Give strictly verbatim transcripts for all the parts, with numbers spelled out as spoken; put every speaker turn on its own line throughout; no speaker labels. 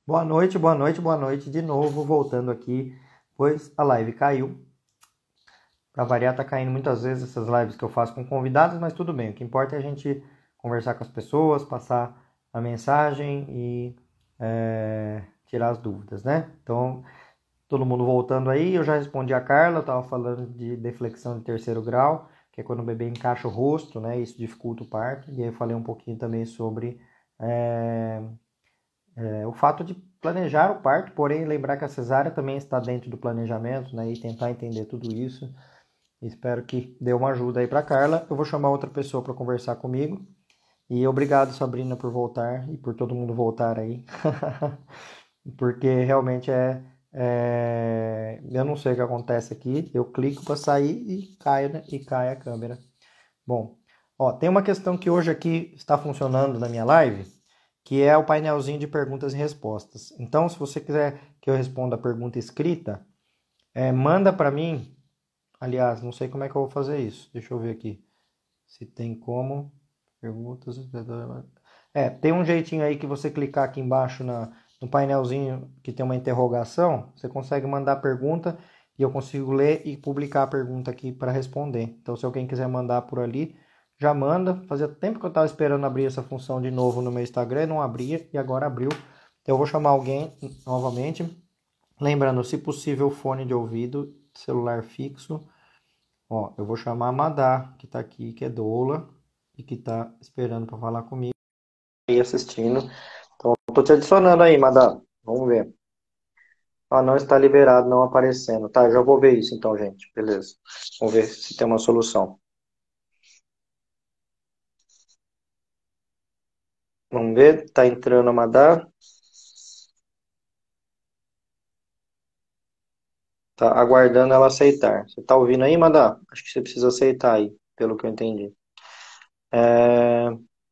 Boa noite, boa noite, boa noite. De novo, voltando aqui, pois a live caiu. Pra variar, tá caindo muitas vezes essas lives que eu faço com convidados, mas tudo bem. O que importa é a gente conversar com as pessoas, passar a mensagem e é, tirar as dúvidas, né? Então, todo mundo voltando aí, eu já respondi a Carla, eu tava falando de deflexão de terceiro grau, que é quando o bebê encaixa o rosto, né? Isso dificulta o parto. E aí eu falei um pouquinho também sobre... É, É, o fato de planejar o parto, porém lembrar que a cesárea também está dentro do planejamento, né? E tentar entender tudo isso. Espero que dê uma ajuda aí para Carla. Eu vou chamar outra pessoa para conversar comigo. E obrigado, Sabrina, por voltar e por todo mundo voltar aí. Porque realmente é, é... Eu não sei o que acontece aqui. Eu clico para sair e cai, né? E cai a câmera. Bom, ó, tem uma questão que hoje aqui está funcionando na minha live, que é o painelzinho de perguntas e respostas. Então, se você quiser que eu responda a pergunta escrita, é, manda para mim. Aliás, não sei como é que eu vou fazer isso. Deixa eu ver aqui. Se tem como. Perguntas. É, tem um jeitinho aí que você clicar aqui embaixo na, no painelzinho que tem uma interrogação, você consegue mandar a pergunta e eu consigo ler e publicar a pergunta aqui para responder. Então, se alguém quiser mandar por ali, já manda. Fazia tempo que eu estava esperando abrir essa função de novo no meu Instagram, não abria e agora abriu. Então, eu vou chamar alguém novamente. Lembrando, se possível, fone de ouvido, celular fixo. Ó, eu vou chamar a Madá, que está aqui, que é doula e que está esperando para falar comigo e assistindo. Então, estou te adicionando aí, Madá. Vamos ver. Ah, não está liberado, não aparecendo. Tá, já vou ver isso então, gente. Beleza. Vamos ver se tem uma solução. Vamos ver, tá entrando a Madá. Tá aguardando ela aceitar. Você tá ouvindo aí, Madá? Acho que você precisa aceitar aí, pelo que eu entendi. É...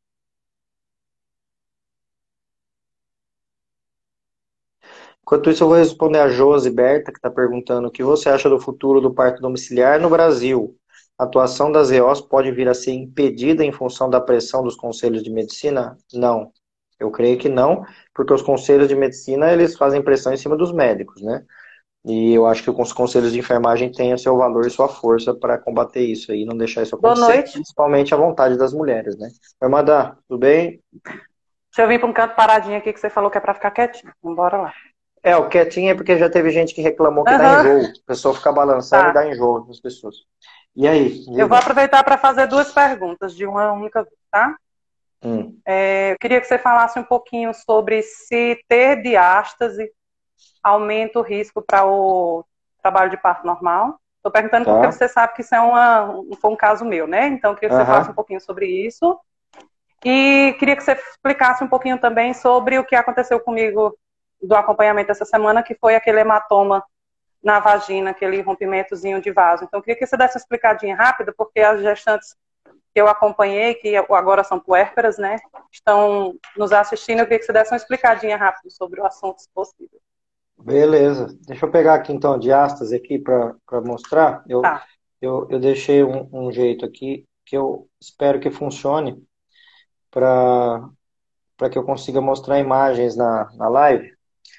Enquanto isso, eu vou responder a Josi Berta, que está perguntando o que você acha do futuro do parto domiciliar no Brasil. A atuação das E Os pode vir a ser impedida em função da pressão dos conselhos de medicina? Não. Eu creio que não, porque os conselhos de medicina, eles fazem pressão em cima dos médicos, né? E eu acho que os conselhos de enfermagem têm o seu valor e sua força para combater isso aí, não deixar isso
Boa
acontecer,
noite.
principalmente a vontade das mulheres, né? Oi, Madá, tudo bem?
Deixa eu vir para um canto paradinho aqui que você falou que é para ficar quietinho. Vambora lá.
É, o quietinho é porque já teve gente que reclamou que dá
Aham,
enjoo. A pessoa fica balançando e
tá.
dá enjoo nas pessoas. E aí,
Eu vou
diga.
aproveitar para fazer duas perguntas de uma única vez, tá?
Hum,
É, eu queria que você falasse um pouquinho sobre se ter diástase aumenta o risco para o trabalho de parto normal. Estou perguntando porque
tá.
você sabe que isso é uma, um, foi um caso meu, né? Então, eu queria que você falasse um
Aham.
pouquinho sobre isso. E queria que você explicasse um pouquinho também sobre o que aconteceu comigo do acompanhamento essa semana, que foi aquele hematoma na vagina, aquele rompimentozinho de vaso. Então, eu queria que você desse uma explicadinha rápida, porque as gestantes que eu acompanhei, que agora são puérperas, né, estão nos assistindo. Eu queria que você desse uma explicadinha rápida sobre o assunto, se possível.
Beleza. Deixa eu pegar aqui então a diástase aqui para mostrar. Eu,
Tá.
eu, eu deixei um, um jeito aqui que eu espero que funcione para para que eu consiga mostrar imagens na, na live.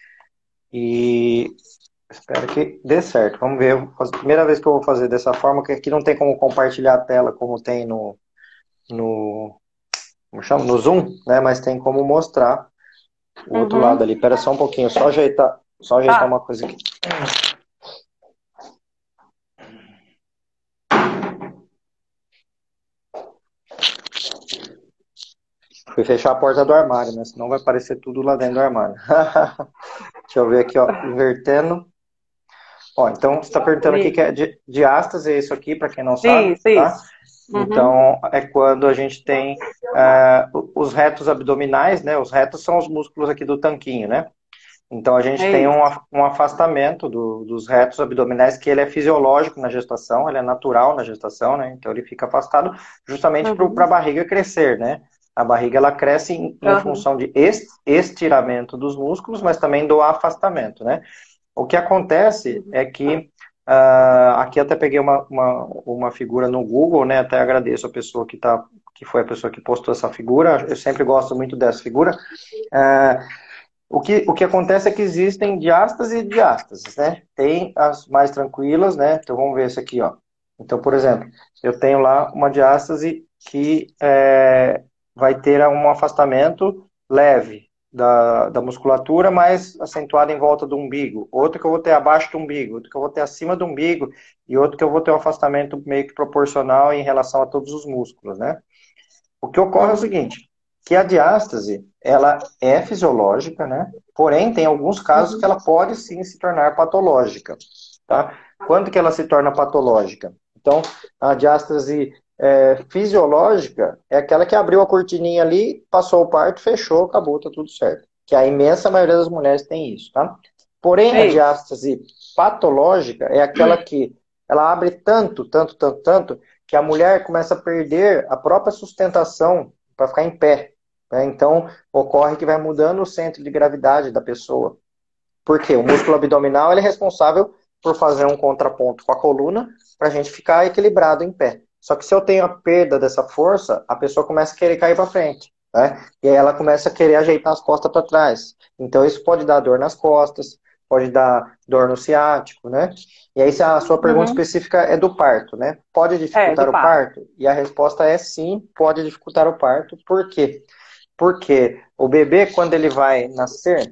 E espero que dê certo. Vamos ver. A primeira vez que eu vou fazer dessa forma, que aqui não tem como compartilhar a tela como tem no, no, como chama? No Zoom, né? Mas tem como mostrar o outro lado
Uhum.
ali. Espera só um pouquinho, só ajeitar, só ajeitar
Tá.
uma coisa aqui. Fui fechar a porta do armário, né? Senão vai aparecer tudo lá dentro do armário. Deixa eu ver aqui, ó, invertendo. Ó, então você está perguntando aqui que
Isso,
é di- diástase, é isso aqui, para quem não sabe,
isso.
tá?
Isso. Uhum.
Então, é quando a gente tem é, os retos abdominais, né? Os retos são os músculos aqui do tanquinho, né? Então, a gente
É
tem um,
isso.
af- um afastamento do- dos retos abdominais, que ele é fisiológico na gestação, ele é natural na gestação, né? Então, ele fica afastado justamente para a
Uhum.
barriga crescer, né? A barriga, ela cresce em, em
Uhum.
função de es- estiramento dos músculos, mas também do afastamento, né? O que acontece
Uhum.
é que uh, aqui até peguei uma, uma, uma figura no Google, né? Até agradeço a pessoa que tá, que foi a pessoa que postou essa figura. Eu sempre gosto muito dessa figura. Uh, O que, o que acontece é que existem diástases e diástases, né? Tem as mais tranquilas, né? Então vamos ver esse aqui, ó. Então, por exemplo, eu tenho lá uma diástase que é, vai ter um afastamento leve da, da musculatura, mais acentuado em volta do umbigo. Outro que eu vou ter abaixo do umbigo, outro que eu vou ter acima do umbigo, e outro que eu vou ter um afastamento meio que proporcional em relação a todos os músculos, né? O que ocorre é o seguinte, que a diástase, ela é fisiológica, né? Porém, tem alguns casos que ela pode sim se tornar patológica, tá? Quando que ela se torna patológica? Então, a diástase é, fisiológica é aquela que abriu a cortininha ali, passou o parto, fechou, acabou, tá tudo certo. Que a imensa maioria das mulheres tem isso, tá? Porém, a
Ei.
diástase patológica é aquela que ela abre tanto, tanto, tanto, tanto, que a mulher começa a perder a própria sustentação para ficar em pé. Né? Então, ocorre que vai mudando o centro de gravidade da pessoa. Por quê? O músculo abdominal ele é responsável por fazer um contraponto com a coluna para a gente ficar equilibrado em pé. Só que se eu tenho a perda dessa força, a pessoa começa a querer cair para frente. Né? E aí ela começa a querer ajeitar as costas para trás. Então, isso pode dar dor nas costas, pode dar dor no ciático, né? E aí, se a sua pergunta
Uhum.
específica é do parto, né? Pode dificultar
É,
o parto? E a resposta é sim, pode dificultar o parto. Por quê? Porque o bebê, quando ele vai nascer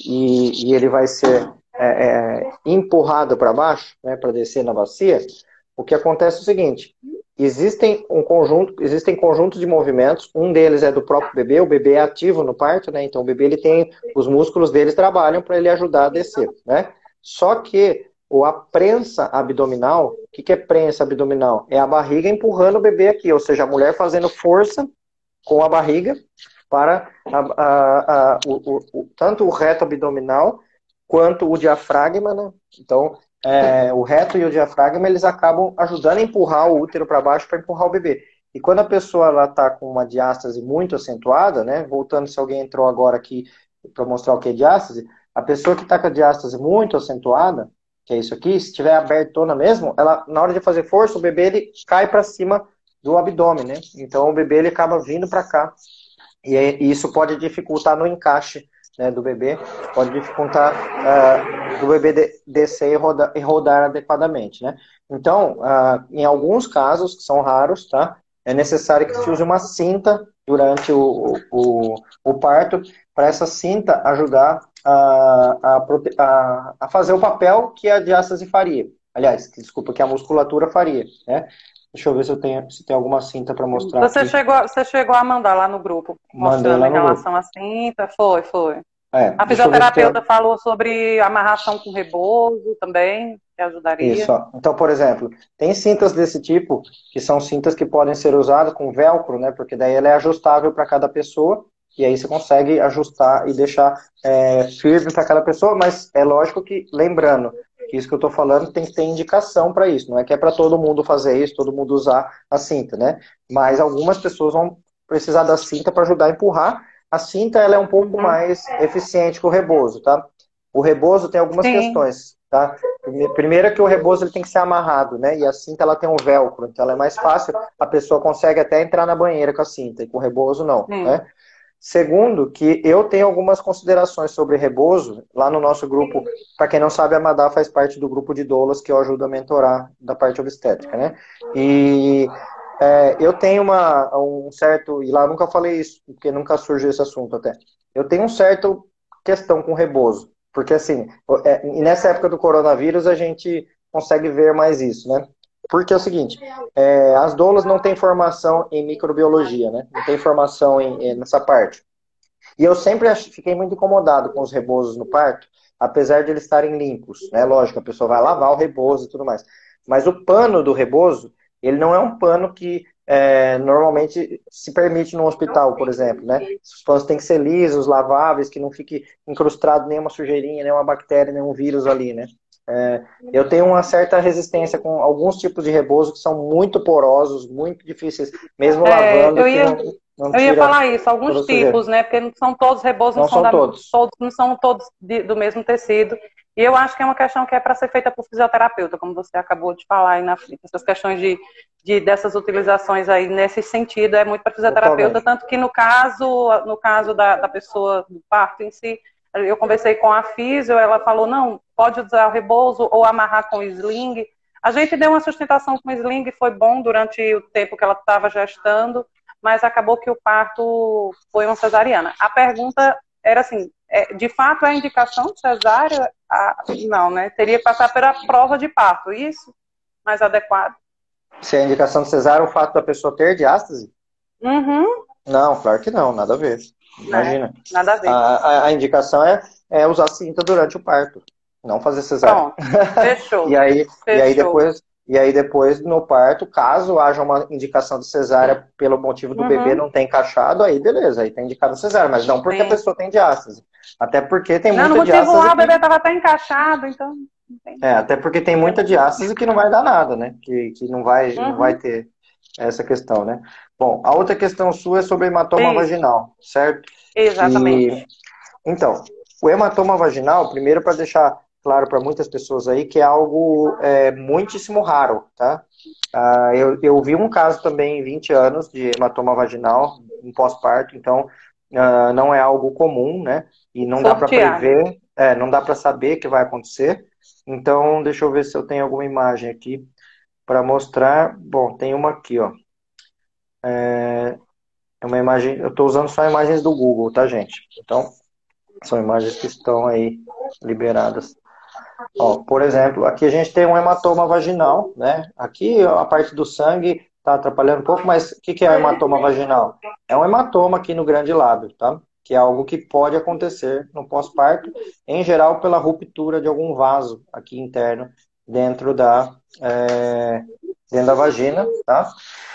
e, e ele vai ser é, é, empurrado para baixo, né, para descer na bacia, o que acontece é o seguinte: existem um conjunto, existem conjuntos de movimentos. Um deles é do próprio bebê. O bebê é ativo no parto, né? Então o bebê ele tem os músculos dele trabalham para ele ajudar a descer, né? Só que ou a prensa abdominal, o que, que é prensa abdominal? É a barriga empurrando o bebê aqui, ou seja, a mulher fazendo força com a barriga para a, a, a, o, o, tanto o reto abdominal quanto o diafragma, né? Então, é, o reto e o diafragma, eles acabam ajudando a empurrar o útero para baixo para empurrar o bebê. E quando a pessoa está com uma diástase muito acentuada, né? Voltando, se alguém entrou agora aqui para mostrar o que é diástase, a pessoa que está com a diástase muito acentuada, que é isso aqui, se estiver abertona mesmo, ela, na hora de fazer força, o bebê ele cai para cima do abdômen, né? Então o bebê ele acaba vindo para cá. E, e isso pode dificultar no encaixe, né, do bebê, pode dificultar uh, do bebê de, descer e rodar, e rodar adequadamente, né? Então, uh, em alguns casos, que são raros, tá? É necessário que se use uma cinta durante o, o, o parto, para essa cinta ajudar a, a, a, a fazer o papel que a diástase faria. Aliás, desculpa, que a musculatura faria, né? Deixa eu ver se eu tenho, se tem alguma cinta para mostrar
Você
aqui.
chegou, você chegou a mandar lá no grupo,
Mandei
mostrando
lá
em
no
relação
grupo.
à cinta? Foi, foi.
É,
A
deixa eu ver se tem...
fisioterapeuta falou sobre amarração com rebozo também, que ajudaria.
Isso, ó. Então, por exemplo, tem cintas desse tipo, que são cintas que podem ser usadas com velcro, né? Porque daí ela é ajustável para cada pessoa, e aí você consegue ajustar e deixar é, firme para cada pessoa, mas é lógico que, lembrando, que isso que eu estou falando tem que ter indicação para isso, não é que é para todo mundo fazer isso, todo mundo usar a cinta, né? Mas algumas pessoas vão precisar da cinta para ajudar a empurrar. A cinta ela é um pouco
Uhum.
mais eficiente que o rebozo, tá? O rebozo tem algumas
Sim.
questões, tá? Primeiro é que o rebozo ele tem que ser amarrado, né? E a cinta ela tem um velcro, então ela é mais fácil, a pessoa consegue até entrar na banheira com a cinta, e com o rebozo não,
Sim.
né? Segundo, que eu tenho algumas considerações sobre rebozo, lá no nosso grupo, para quem não sabe, a Madá faz parte do grupo de doulas que eu ajudo a mentorar da parte obstétrica, né? E é, eu tenho uma, um certo, e lá eu nunca falei isso, porque nunca surgiu esse assunto até, eu tenho um certo questão com rebozo, porque assim, é, e nessa época do coronavírus a gente consegue ver mais isso, né? Porque é o seguinte, é, as doulas não têm formação em microbiologia, né? Não tem formação em, em, nessa parte. E eu sempre ach, fiquei muito incomodado com os rebozos no parto, apesar de eles estarem limpos, né? Lógico, a pessoa vai lavar o rebozo e tudo mais. Mas o pano do rebozo, ele não é um pano que é, normalmente se permite no hospital, por exemplo, né? Os panos têm que ser lisos, laváveis, que não fique incrustado nenhuma sujeirinha, nenhuma bactéria, nenhum vírus ali, né? É, eu tenho uma certa resistência com alguns tipos de rebozo que são muito porosos, muito difíceis, mesmo
É,
lavando,
eu
que
ia,
não, não
eu ia
tira
falar isso,
toda
alguns
a sujeira.
tipos, né? Porque não são todos rebozos, não
Não
são,
são
da,
todos.
todos, não são todos de, do mesmo tecido. E eu acho que é uma questão que é para ser feita por fisioterapeuta, como você acabou de falar aí na frente. Essas questões de, de dessas utilizações aí nesse sentido é muito para fisioterapeuta,
Totalmente.
tanto que no caso, no caso da, da pessoa do parto em si, Eu conversei com a físio, ela falou, não, pode usar o repouso ou amarrar com o sling. A gente deu uma sustentação com o sling, foi bom durante o tempo que ela estava gestando, mas acabou que o parto foi uma cesariana. A pergunta era assim, é, de fato é a indicação de cesárea? Ah, não, né? Teria que passar pela prova de parto, isso? Mais adequado?
Se a indicação de cesárea é o fato da pessoa ter diástase?
Uhum.
Não, claro que não, nada a ver. Imagina.
É, nada a ver.
A, a, a indicação é, é usar cinta durante o parto, não fazer cesárea.
Pronto, fechou.
e, aí,
fechou.
e, aí depois, e aí depois, no parto, caso haja uma indicação de cesárea pelo motivo do
Uhum.
bebê não ter encaixado, aí beleza, aí tem indicado cesárea, mas não porque Sim. a pessoa tem diástase. Até porque tem
não,
muita
diástase... Não, no motivo lá o bebê
que...
estava até encaixado, então...
É, até porque tem muita diástase que não vai dar nada, né? Que, que não, vai, uhum. não vai ter essa questão, né? Bom, a outra questão sua é sobre hematoma Isso. vaginal, certo?
Exatamente.
E, então, o hematoma vaginal, primeiro para deixar claro para muitas pessoas aí, que é algo é, muitíssimo raro, tá? Ah, eu, eu vi um caso também em vinte anos de hematoma vaginal, em pós-parto, então ah, não é algo comum, né? E não Sorteado. dá para prever, é, não dá para saber o que vai acontecer. Então, deixa eu ver se eu tenho alguma imagem aqui para mostrar. Bom, tem uma aqui, ó. É, é uma imagem, eu estou usando só imagens do Google, tá, gente? Então, são imagens que estão aí liberadas. Ó, por exemplo, aqui a gente tem um hematoma vaginal, né? Aqui a parte do sangue está atrapalhando um pouco, mas o que, que é o hematoma vaginal? É um hematoma aqui no grande lábio, tá? Que é algo que pode acontecer no pós-parto, em geral pela ruptura de algum vaso aqui interno dentro da, é, dentro da vagina, tá?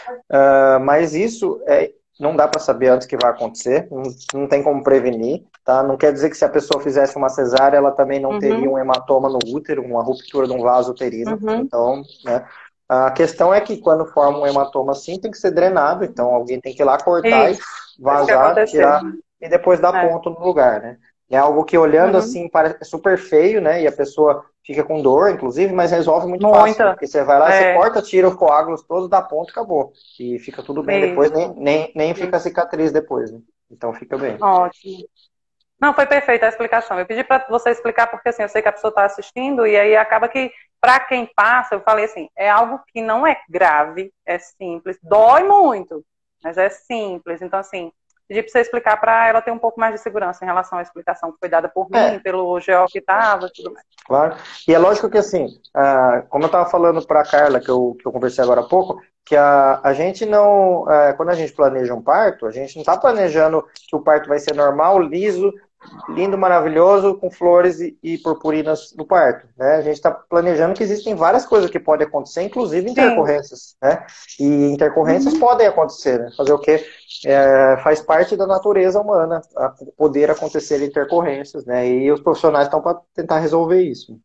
Uh, mas isso é, não dá para saber antes que vai acontecer, não, não tem como prevenir, tá? Não quer dizer que se a pessoa fizesse uma cesárea, ela também não uhum. teria um hematoma no útero, uma ruptura de um vaso uterino. Uhum. Então, né? A questão é que quando forma um hematoma assim, tem que ser drenado, então alguém tem que ir lá cortar
Isso.
e vazar, tirar e depois dar é. ponto no lugar, né? É algo que olhando uhum. assim parece super feio, né? E a pessoa fica com dor, inclusive, mas resolve muito Muita. fácil. Porque você vai lá, é. você corta, tira os coágulos todos, dá ponto e acabou. E fica tudo bem Isso. depois, nem, nem, nem fica cicatriz depois, né? Então fica bem.
Ótimo. Não, foi perfeita a explicação. Eu pedi para você explicar porque assim, eu sei que a pessoa está assistindo e aí acaba que, para quem passa, eu falei assim, é algo que não é grave, é simples, dói muito, mas é simples. Então, assim, pedi para você explicar para ela ter um pouco mais de segurança em relação à explicação que foi dada por mim, é. pelo G O que estava e tudo mais.
Claro. E é lógico que assim, uh, como eu estava falando para a Carla, que eu, que eu conversei agora há pouco, que a, a gente não, uh, quando a gente planeja um parto, a gente não está planejando que o parto vai ser normal, liso, lindo, maravilhoso, com flores e, e purpurinas no parto, né? A gente está planejando que existem várias coisas que podem acontecer, inclusive intercorrências, Sim. né? E intercorrências uhum. podem acontecer, né? Fazer o quê? É, faz parte da natureza humana a poder acontecer intercorrências, né? E os profissionais estão para tentar resolver isso.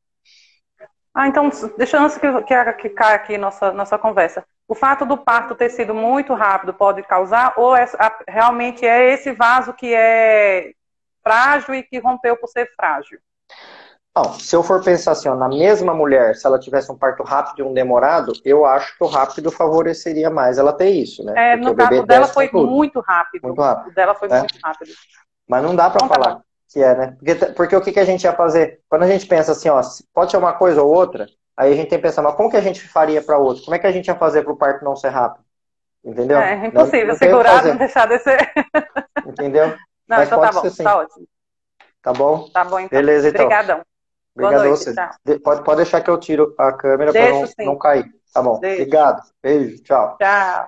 Ah, então, deixando que, que, que caia aqui nossa, nossa conversa. O fato do parto ter sido muito rápido pode causar, ou é, realmente é esse vaso que é frágil e que rompeu por ser frágil?
Não, se eu for pensar assim, ó, na mesma mulher, se ela tivesse um parto rápido e um demorado, eu acho que o rápido favoreceria mais ela ter isso, né?
É, no caso dela foi muito rápido.
Muito rápido.
O dela foi
né?
muito rápido.
Mas não dá pra então, falar tá que é, né? Porque, porque o que, que a gente ia fazer? Quando a gente pensa assim, ó, pode ser uma coisa ou outra, aí a gente tem que pensar, mas como que a gente faria pra outro? Como é que a gente ia fazer pro parto não ser rápido? Entendeu?
É, é impossível, não, não segurar, não deixar descer.
Entendeu?
Não,
mas
então
pode
tá bom,
ser, sim.
tá ótimo.
Tá bom?
Tá bom, então.
Beleza, então.
Obrigadão.
Obrigado a você. Pode, pode deixar que eu tiro a câmera para não, não cair. Tá bom. Deixo. Obrigado. Beijo. Tchau.
Tchau.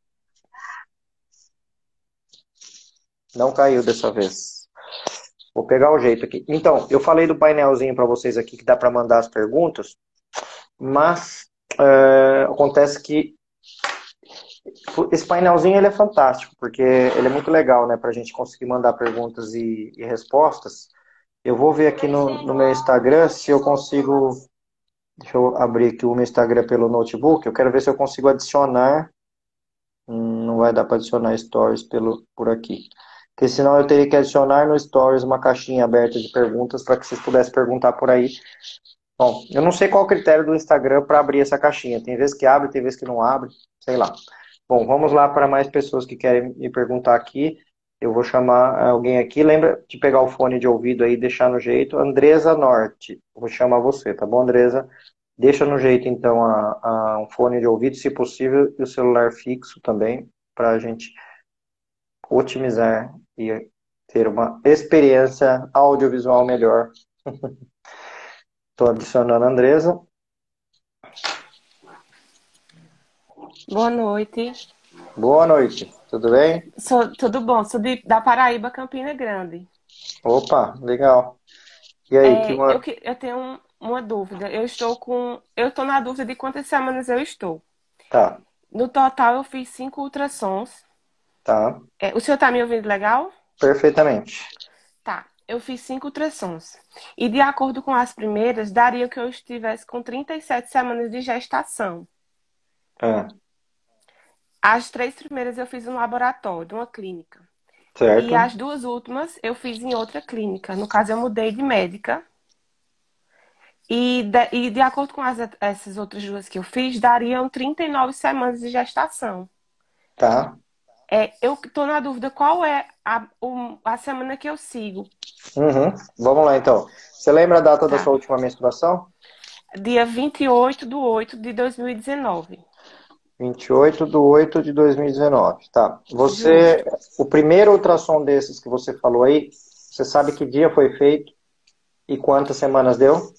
Não caiu dessa vez. Vou pegar o jeito aqui. Então, eu falei do painelzinho para vocês aqui que dá para mandar as perguntas, mas é, acontece que esse painelzinho ele é fantástico, porque ele é muito legal, né, para a gente conseguir mandar perguntas e, e respostas. Eu vou ver aqui no, no meu Instagram se eu consigo. Deixa eu abrir aqui o meu Instagram pelo notebook. Eu quero ver se eu consigo adicionar. Hum, não vai dar para adicionar stories pelo, por aqui. Porque senão eu teria que adicionar no stories uma caixinha aberta de perguntas para que vocês pudessem perguntar por aí. Bom, eu não sei qual o critério do Instagram para abrir essa caixinha. Tem vezes que abre, tem vezes que não abre. Sei lá. Bom, vamos lá para mais pessoas que querem me perguntar aqui. Eu vou chamar alguém aqui. Lembra de pegar o fone de ouvido aí e deixar no jeito. Andresa Norte. Eu vou chamar você, tá bom, Andresa? Deixa no jeito, então, a, a- um fone de ouvido, se possível, e o celular fixo também, para a gente otimizar e ter uma experiência audiovisual melhor. Estou adicionando a Andresa.
Boa noite.
Boa noite, tudo bem?
Sou, tudo bom? Sou de, da Paraíba, Campina Grande.
Opa, legal. E aí, que
É, eu,
uma...
que- eu tenho um- uma dúvida. Eu estou com. Eu estou na dúvida de quantas semanas eu estou.
Tá,
No total, eu fiz cinco ultrassons.
tá,
É, o senhor está me ouvindo legal?
perfeitamente.
Tá. Eu fiz cinco ultrassons. E de acordo com as primeiras, daria que eu estivesse com trinta e sete semanas de gestação.
É,
As três primeiras eu fiz no laboratório, de uma clínica. E
certo,
as duas últimas eu fiz em outra clínica. No caso, eu mudei de médica. E de, e de acordo com as, essas outras duas que eu fiz, dariam trinta e nove semanas de gestação.
tá.
É, eu estou na dúvida qual é a, o- a semana que eu sigo.
Uhum. Vamos lá, então. Você lembra a data da
Tá.
sua última menstruação?
Dia vinte e oito de oito de dois mil e dezenove.
vinte e oito de oito de dois mil e dezenove. Tá. Você,
Justo.
o primeiro ultrassom desses que você falou aí, você sabe que dia foi feito e quantas semanas deu?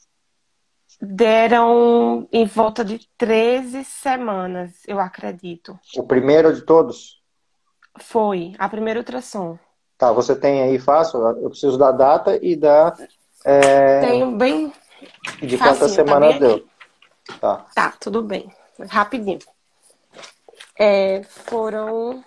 Deram em volta de treze semanas, eu acredito.
O primeiro de todos?
Foi a primeira ultrassom.
Tá, você tem aí fácil? Eu preciso da data e da é,
Tenho bem
e de quantas
facinho, tá bem
semanas deu.
aqui.
Tá.
Tá, tudo bem. Rapidinho. É, foram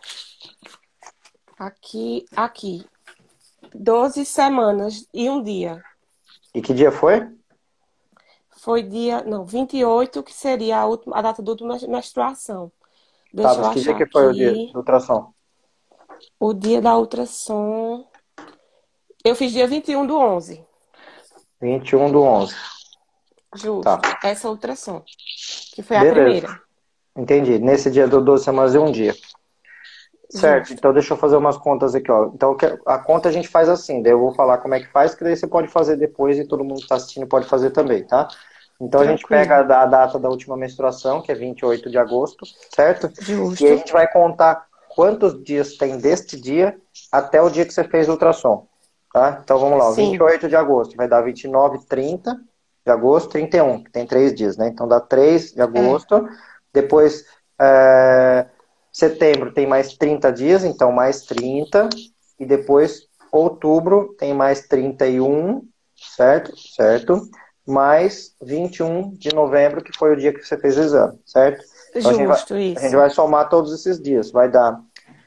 aqui, aqui. Doze semanas e um dia.
E que dia foi?
Foi dia, não, vinte e oito que seria a, última, a data da última menstruação.
Tá,
Deixa eu
mas que dia
achar
que foi o dia
aqui.
do ultrassom?
O dia da ultrassom. Eu fiz dia vinte e um do onze.
vinte e um do onze. Tá.
Justo. Essa ultrassom. Que foi a
Beleza.
primeira.
Entendi. Nesse dia deu doze semanas e um dia. Certo,
Justo.
então deixa eu fazer umas contas aqui, ó. Então a conta a gente faz assim, daí eu vou falar como é que faz, que daí você pode fazer depois e todo mundo que está assistindo pode fazer também, tá? Então a gente pega
Tranquilo.
a data da última menstruação, que é vinte e oito de agosto, certo? E aí a
Justo.
gente vai contar quantos dias tem deste dia até o dia que você fez o ultrassom, tá? Então vamos lá, ó, vinte e
Sim.
oito de agosto vai dar vinte e nove, trinta de agosto, trinta e um, que tem três dias, né? Então dá três de
É.
agosto, depois é, setembro tem mais trinta dias, então mais trinta, e depois outubro tem mais trinta e um, certo? Certo? Mais vinte e um de novembro, que foi o dia que você fez o exame, certo? Então a gente vai,
Justo,
a gente
isso.
vai somar todos esses dias, vai dar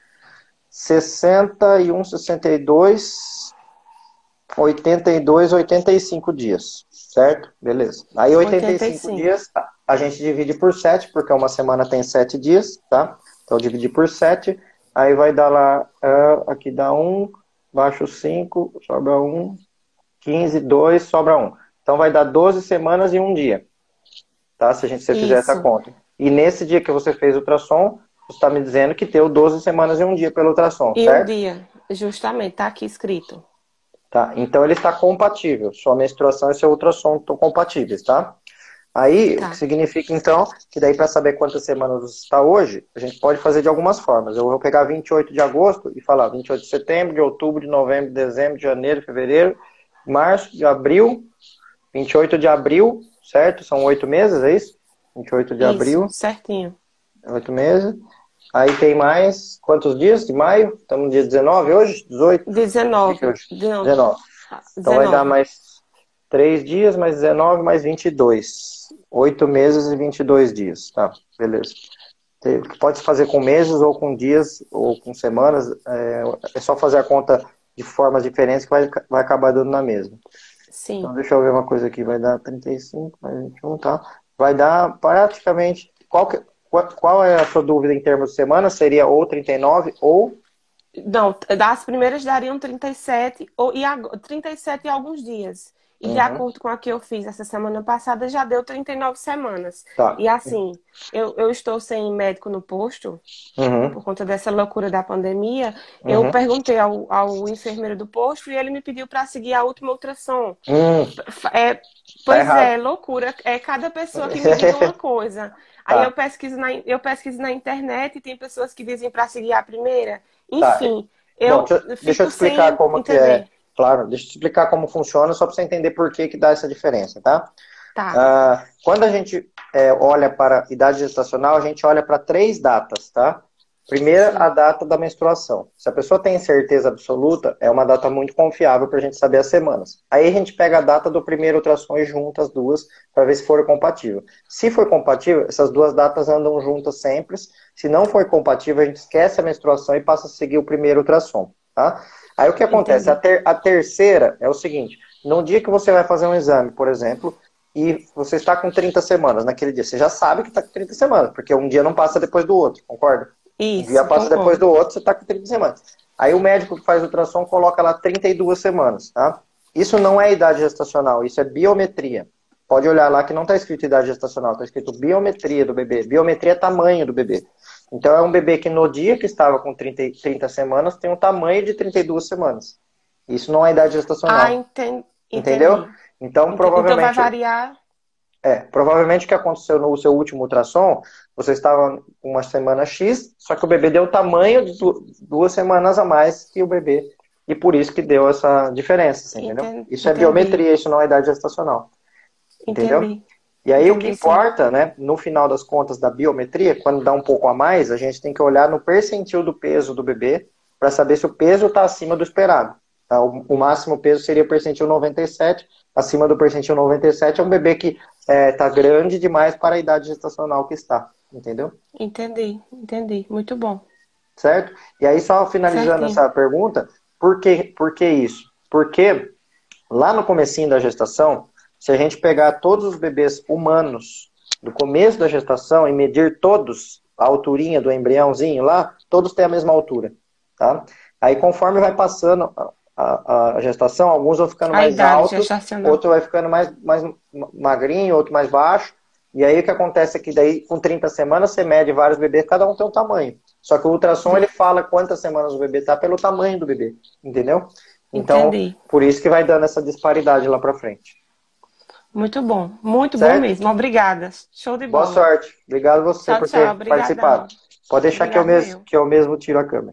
sessenta e um, sessenta e dois, oitenta e dois, oitenta e cinco dias, certo? Beleza. Aí oitenta e
oitenta e
cinco
cinco.
dias a gente divide por sete, porque uma semana tem sete dias, tá? Então dividir por sete, aí vai dar lá, uh, aqui dá um, baixo cinco, sobra um, quinze, dois, sobra um. Então vai dar doze semanas e um dia, tá? Se a gente se fizer essa
Isso.
conta. E nesse dia que você fez o ultrassom, você está me dizendo que deu doze semanas e um dia pelo ultrassom,
E um
certo?
dia. Justamente, tá aqui escrito.
Tá, então ele está compatível. Sua menstruação e seu ultrassom estão compatíveis, tá? Aí, o que
Tá.
significa então que daí para saber quantas semanas você está hoje, a gente pode fazer de algumas formas. Eu vou pegar vinte e oito de agosto e falar vinte e oito de setembro, de outubro, de novembro, de dezembro, de janeiro, fevereiro, março, de abril, vinte e oito de abril, certo? São oito meses, é isso? vinte e oito de
Isso,
abril,
certinho.
oito meses. Aí tem mais quantos dias de maio? Estamos no dia dezenove hoje? dezoito? Que dia que é
dezenove.
hoje?
Não,
dezenove. Então vai dar
dezenove.
mais três dias, mais dezenove, mais vinte e dois. oito meses e vinte e dois dias. Tá, beleza. Pode fazer com meses ou com dias ou com semanas. É, é só fazer a conta de formas diferentes que vai, vai acabar dando na mesma. Então
Sim.
deixa eu ver uma coisa aqui. Vai dar trinta e cinco mais vinte e um, tá? Vai dar praticamente... Qual, que, qual, qual é a sua dúvida em termos de semana? Seria ou trinta e nove ou...
Não, das primeiras dariam trinta e sete, ou, e ag- trinta e sete e alguns dias. E de
Uhum.
acordo com a que eu fiz essa semana passada, já deu trinta e nove semanas.
Tá.
E assim, eu, eu estou sem médico no posto,
Uhum.
por conta dessa loucura da pandemia. Eu
Uhum.
perguntei ao, ao enfermeiro do posto e ele me pediu para seguir a última ultrassom.
Hum,
É,
tá
pois
errado.
é, loucura. É cada pessoa que me diga uma coisa. Aí eu
Tá,
pesquiso na, eu pesquiso na internet e tem pessoas que dizem para seguir a primeira.
tá.
Enfim,
Bom,
eu
deixa, deixa eu
fico
te explicar
sem
como que é.
entender.
Claro, deixa eu te explicar como funciona, só para você entender por que que dá essa diferença, tá?
Tá,
Ah, quando a gente é, olha para idade gestacional, a gente olha para três datas, tá? Primeira, a
sim,
data da menstruação. Se a pessoa tem certeza absoluta, é uma data muito confiável para a gente saber as semanas. Aí a gente pega a data do primeiro ultrassom e junta as duas para ver se for compatível. Se for compatível, essas duas datas andam juntas sempre. Se não for compatível, a gente esquece a menstruação e passa a seguir o primeiro ultrassom, tá? Aí o que acontece? A,
entendi.
ter, a terceira é o seguinte: no dia que você vai fazer um exame, por exemplo, e você está com trinta semanas naquele dia, você já sabe que está com trinta semanas, porque um dia não passa depois do outro, concorda? Um dia
Isso,
passa depois
concordo.
do outro, você está com trinta semanas. Aí o médico que faz o ultrassom coloca lá trinta e duas semanas, tá? Isso não é idade gestacional, isso é biometria. Pode olhar lá que não está escrito idade gestacional, está escrito biometria do bebê. Biometria é tamanho do bebê. Então é um bebê que no dia que estava com trinta, trinta semanas tem um tamanho de trinta e duas semanas. Isso não é idade
Ah,
gestacional,
enten-
entendeu?
entendi.
Então
Ente- Então vai
provavelmente
variar.
é, provavelmente o que aconteceu no seu último ultrassom, você estava com uma semana X, só que o bebê deu o tamanho de du- duas semanas a mais que o bebê. E por isso que deu essa diferença, você entendeu?
Enten-
Isso é
Entendi,
biometria, isso não é idade gestacional, entendeu?
entendi,
E aí o que
entendi, sim.
importa, né, no final das contas da biometria, quando dá um pouco a mais, a gente tem que olhar no percentil do peso do bebê para saber se o peso está acima do esperado. Tá? O, o máximo peso seria o percentil noventa e sete, acima do percentil noventa e sete é um bebê que está grande demais para a idade gestacional que está, entendeu?
Entendi, entendi. Muito bom.
Certo? E aí, só finalizando
Certinho.
essa pergunta, por que, por que isso? Porque lá no comecinho da gestação, se a gente pegar todos os bebês humanos do começo da gestação e medir todos a alturinha do embriãozinho lá, todos têm a mesma altura, tá? Aí conforme vai passando a, a, a gestação, alguns vão ficando
A
mais
idade
altos,
gestacional.
outro vai ficando mais, mais magrinho, outro mais baixo. E aí o que acontece é que daí com trinta semanas você mede vários bebês, cada um tem um tamanho. Só que o ultrassom ele fala quantas semanas o bebê tá pelo tamanho do bebê, entendeu? Então,
Entendi.
por isso que vai dando essa disparidade lá pra frente.
Muito bom. Muito bom
Certo?
mesmo. Obrigada. Show de
Boa
bola.
sorte. Obrigado a você
Tchau,
por
tchau.
ter participado.
Obrigadão.
Pode deixar que eu
Obrigado
mesmo,
eu.
que eu mesmo tiro a câmera.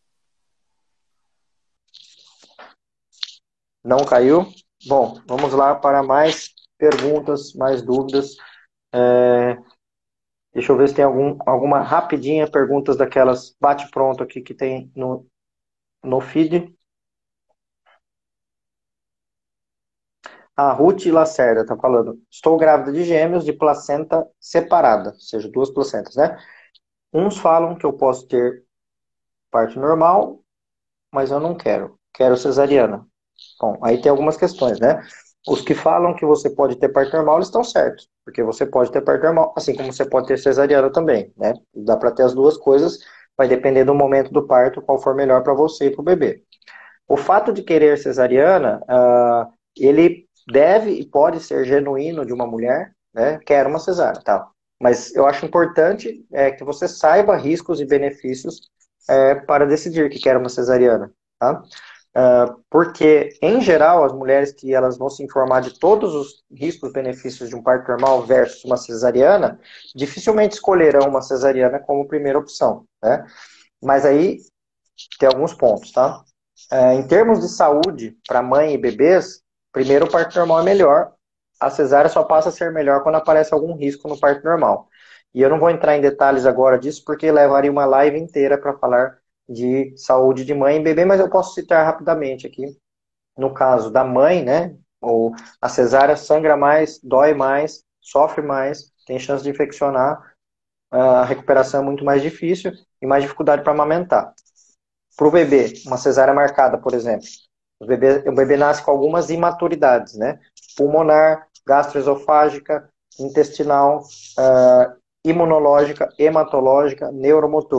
Não caiu? Bom, vamos lá para mais perguntas, mais dúvidas. É, deixa eu ver se tem algum, alguma rapidinha perguntas daquelas bate-pronto aqui que tem no, no feed. A Ruth Lacerda está falando. Estou grávida de gêmeos de placenta separada, ou seja, duas placentas, né? Uns falam que eu posso ter parto normal, mas eu não quero. Quero cesariana. Bom, aí tem algumas questões, né? Os que falam que você pode ter parto normal, eles estão certos, porque você pode ter parto normal, assim como você pode ter cesariana também, né? Dá para ter as duas coisas, vai depender do momento do parto, qual for melhor para você e para o bebê. O fato de querer cesariana, uh, ele deve e pode ser genuíno de uma mulher, né? Quer uma cesárea, tá? Mas eu acho importante é, que você saiba riscos e benefícios é, para decidir que quer uma cesariana, tá? Uh, porque, em geral, as mulheres que elas vão se informar de todos os riscos e benefícios de um parto normal versus uma cesariana, dificilmente escolherão uma cesariana como primeira opção, né? Mas aí tem alguns pontos, tá? Uh, em termos de saúde para mãe e bebês, primeiro o parto normal é melhor, a cesárea só passa a ser melhor quando aparece algum risco no parto normal. E eu não vou entrar em detalhes agora disso, porque levaria uma live inteira para falar de saúde de mãe e bebê, mas eu posso citar rapidamente aqui. No caso da mãe, né, ou a cesárea sangra mais, dói mais, sofre mais, tem chance de infeccionar, a recuperação é muito mais difícil e mais dificuldade para amamentar. Para o bebê, uma cesárea marcada, por exemplo, o bebê, o bebê nasce com algumas imaturidades, né, pulmonar, gastroesofágica, intestinal, uh, imunológica, hematológica, neuromotora.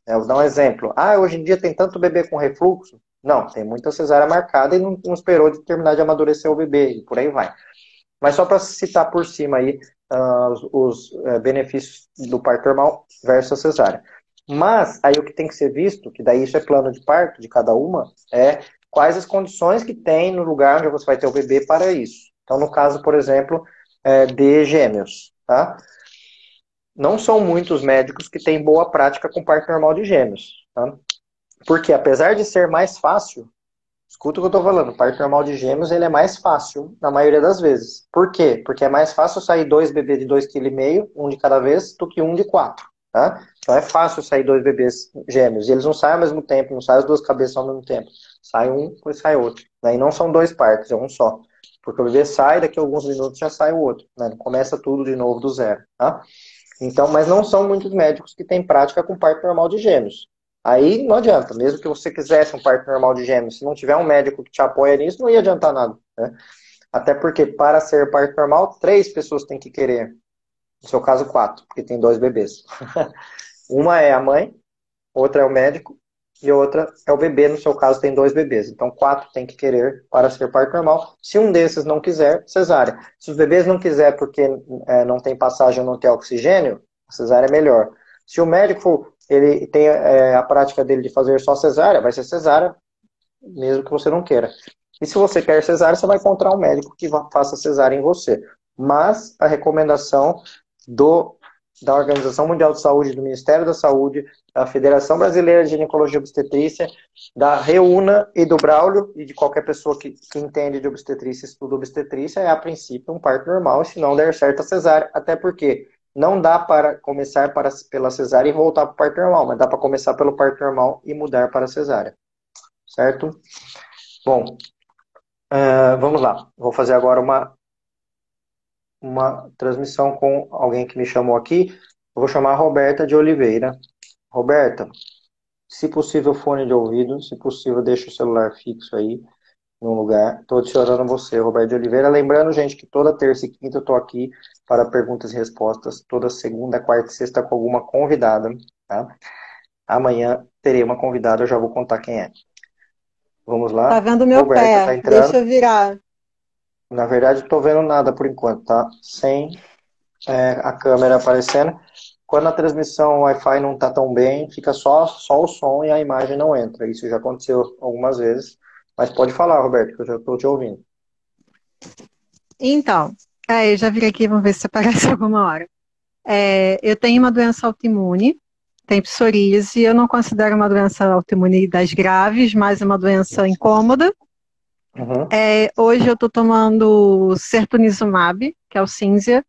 Eu vou dar um exemplo. Ah, hoje em dia tem tanto bebê com refluxo? Não, tem muita cesárea marcada e não, não esperou de terminar de amadurecer o bebê, e por aí vai. Mas só para citar por cima aí uh, os, os uh, benefícios do parto normal versus a cesárea. Mas aí o que tem que ser visto, que daí isso é plano de parto de cada uma, é quais as condições que tem no lugar onde você vai ter o bebê para isso. Então, no caso, por exemplo, é, de gêmeos, tá? Não são muitos médicos que têm boa prática com parto normal de gêmeos, tá? Porque apesar de ser mais fácil, escuta o que eu tô falando, o parto normal de gêmeos ele é mais fácil na maioria das vezes. Por quê? Porque é mais fácil sair dois bebês de dois vírgula cinco quilos, um de cada vez, do que um de quatro, tá? Então é fácil sair dois bebês gêmeos. E eles não saem ao mesmo tempo, não saem as duas cabeças ao mesmo tempo. Sai um, depois sai outro. Né? E não são dois partos, é um só. Porque o bebê sai, daqui a alguns minutos já sai o outro. Né? Começa tudo de novo do zero, tá? Então, mas não são muitos médicos que têm prática com parto normal de gêmeos. Aí não adianta, mesmo que você quisesse um parto normal de gêmeos, se não tiver um médico que te apoia nisso, não ia adiantar nada. Né? Até porque para ser parto normal, três pessoas têm que querer. No seu caso, quatro, porque tem dois bebês. Uma é a mãe, outra é o médico, e outra é o bebê, no seu caso tem dois bebês. Então, quatro tem que querer para ser parto normal. Se um desses não quiser, cesárea. Se os bebês não quiser porque é, não tem passagem ou não tem oxigênio, a cesárea é melhor. Se o médico ele tem é, a prática dele de fazer só cesárea, vai ser cesárea, mesmo que você não queira. E se você quer cesárea, você vai encontrar um médico que faça cesárea em você. Mas a recomendação do da Organização Mundial de Saúde, do Ministério da Saúde, da Federação Brasileira de Ginecologia e Obstetrícia, da Reúna e do Braulio, e de qualquer pessoa que, que entende de obstetrícia e estuda obstetrícia, é a princípio um parto normal, se não der certo a cesárea, até porque não dá para começar para, pela cesárea e voltar para o parto normal, mas dá para começar pelo parto normal e mudar para a cesárea. Certo? Bom, uh, vamos lá. Vou fazer agora uma uma transmissão com alguém que me chamou aqui. Eu vou chamar a Roberta de Oliveira. Roberta, se possível fone de ouvido, se possível deixa o celular fixo aí no lugar. Estou adicionando você, Roberta de Oliveira. Lembrando, gente, que toda terça e quinta eu estou aqui para perguntas e respostas. Toda segunda, quarta e sexta com alguma convidada. Tá? Amanhã terei uma convidada, eu já vou contar quem é. Vamos lá.
Tá vendo meu
Roberta,
pé?
tá entrando.
Deixa eu virar.
Na verdade, não tô vendo nada por enquanto, tá? Sem é, a câmera aparecendo. Quando a transmissão Wi-Fi não tá tão bem, fica só, só o som e a imagem não entra. Isso já aconteceu algumas vezes. Mas pode falar, Roberto, que eu já tô te ouvindo.
Então, é, eu já virei aqui, vamos ver se aparece alguma hora. É, eu tenho uma doença autoimune, tenho psoríase, eu não considero uma doença autoimune das graves, mas é uma doença incômoda.
Uhum.
É, hoje eu estou tomando Certolizumab, que é o Cimzia,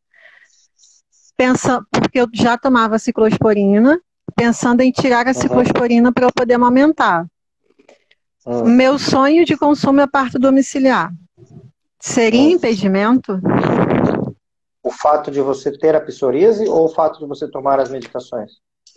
pensa, porque eu já tomava ciclosporina, pensando em tirar a ciclosporina para eu poder amamentar.
Uhum.
Meu sonho de consumo é parto domiciliar. Seria
Uhum.
impedimento?
O fato de você ter a psoríase ou o fato de você tomar as medicações?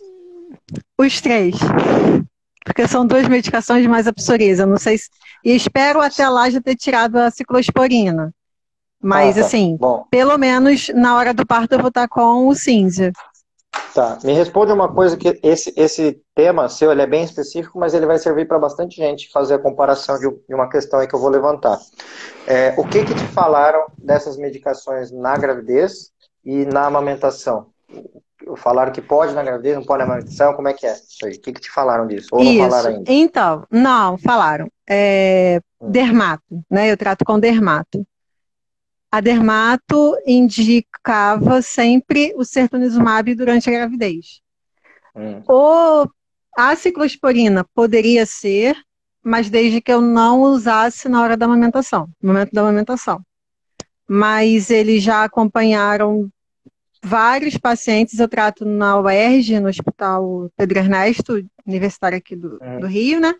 Os três. Porque são duas medicações mais a psoríase. Eu não sei se... E espero até lá já ter tirado a ciclosporina. Mas,
ah, tá.
assim,
Bom,
pelo menos na hora do parto eu vou estar com o Cimzia.
tá. Me responde uma coisa que esse, esse tema seu ele é bem específico, mas ele vai servir para bastante gente fazer a comparação de uma questão aí que eu vou levantar. É, o que que te falaram dessas medicações na gravidez e na amamentação? Falaram que pode na gravidez, não pode na amamentação? Como é que é isso aí? O que que te falaram disso? Ou não
Isso.
falaram ainda?
Então, não, falaram. É, dermato, né? Eu trato com dermato. A dermato indicava sempre o Certolizumab durante a gravidez.
Hum.
O, a ciclosporina poderia ser, mas desde que eu não usasse na hora da amamentação, no momento da amamentação. Mas eles já acompanharam vários pacientes, eu trato na U E R J, no Hospital Pedro Ernesto, universitário aqui do,
hum.
do Rio, né?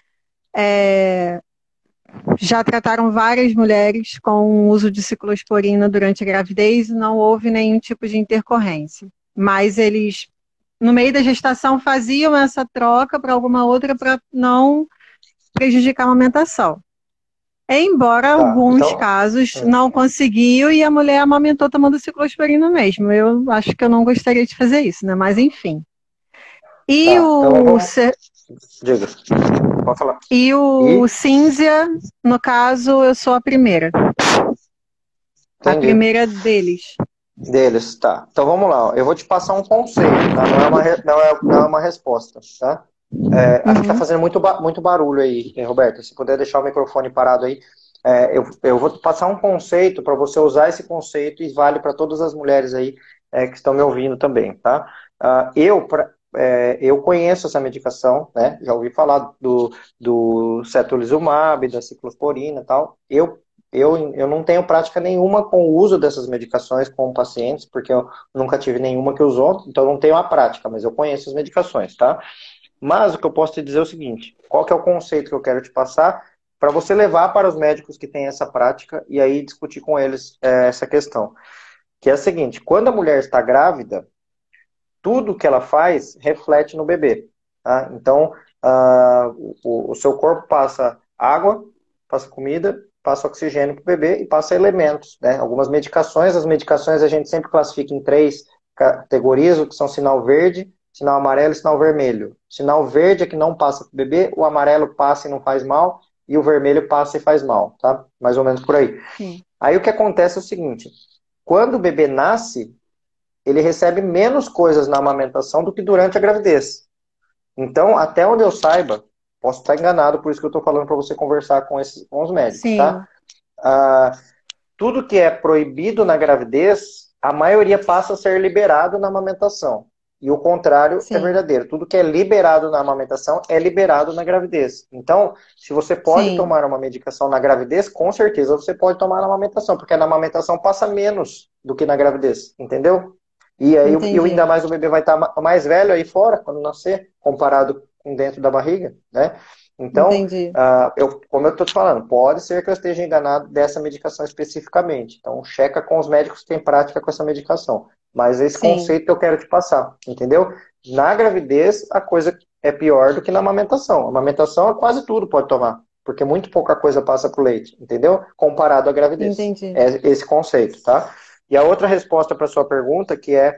É, já trataram várias mulheres com o uso de ciclosporina durante a gravidez e não houve nenhum tipo de intercorrência. Mas eles, no meio da gestação, faziam essa troca para alguma outra para não prejudicar a amamentação. Embora
Tá,
alguns
então,
casos
hum.
não conseguiu e a mulher amamentou tomando ciclosporina mesmo. Eu acho que eu não gostaria de fazer isso, né? Mas enfim. E
Tá, então
o,
vamos...
ce-
Diga, pode falar.
e o
E?
cinza, no caso, eu sou a primeira. A
Entendi.
primeira deles.
Deles, tá. Então vamos lá, ó. Eu vou te passar um conceito, tá? Não é uma, re- não é, não é uma resposta, tá? É, acho que tá
Uhum.
fazendo muito, ba- muito barulho aí, eh, Roberta. Se puder deixar o microfone parado aí. É, eu, eu vou te passar um conceito para você usar esse conceito e vale para todas as mulheres aí é, que estão me ouvindo também, tá? Ah, eu, pra- é, eu conheço essa medicação, né? Já ouvi falar do, do cetulizumab, da ciclosporina e tal. Eu eu, eu não tenho prática nenhuma com o uso dessas medicações com pacientes, porque eu nunca tive nenhuma que usou, então eu não tenho a prática, mas eu conheço as medicações, tá? Mas o que eu posso te dizer é o seguinte: qual que é o conceito que eu quero te passar para você levar para os médicos que têm essa prática e aí discutir com eles é, essa questão? Que é o seguinte: quando a mulher está grávida, tudo que ela faz reflete no bebê, tá? Então, ah, o, o seu corpo passa água, passa comida, passa oxigênio para o bebê e passa elementos, né? Algumas medicações, as medicações a gente sempre classifica em três categorias, o que são sinal verde, sinal amarelo e sinal vermelho. Sinal verde é que não passa para o bebê, o amarelo passa e não faz mal, e o vermelho passa e faz mal, tá? Mais ou menos por aí.
Sim.
Aí o que acontece é o seguinte: quando o bebê nasce, ele recebe menos coisas na amamentação do que durante a gravidez. Então, até onde eu saiba, posso estar enganado, por isso que eu estou falando para você conversar com, esses, com os médicos,
Sim.
tá? Ah, tudo que é proibido na gravidez, a maioria passa a ser liberado na amamentação. E o contrário é
Sim.
verdadeiro. Tudo que é liberado na amamentação é liberado na gravidez. Então, se você pode
Sim.
tomar uma medicação na gravidez, com certeza você pode tomar na amamentação, porque na amamentação passa menos do que na gravidez, entendeu? E aí, e ainda
Entendi.
mais o bebê vai estar mais velho aí fora, quando nascer, comparado com dentro da barriga, né? Então,
Entendi.
uh, eu, como eu estou te falando, pode ser que eu esteja enganado dessa medicação especificamente. Então, checa com os médicos que têm prática com essa medicação. Mas esse
Sim.
conceito que eu quero te passar, entendeu? Na gravidez, a coisa é pior do que na amamentação. A amamentação é quase tudo pode tomar, porque muito pouca coisa passa para o leite, entendeu? Comparado à gravidez.
Entendi.
É esse conceito, tá? E a outra resposta para sua pergunta, que é,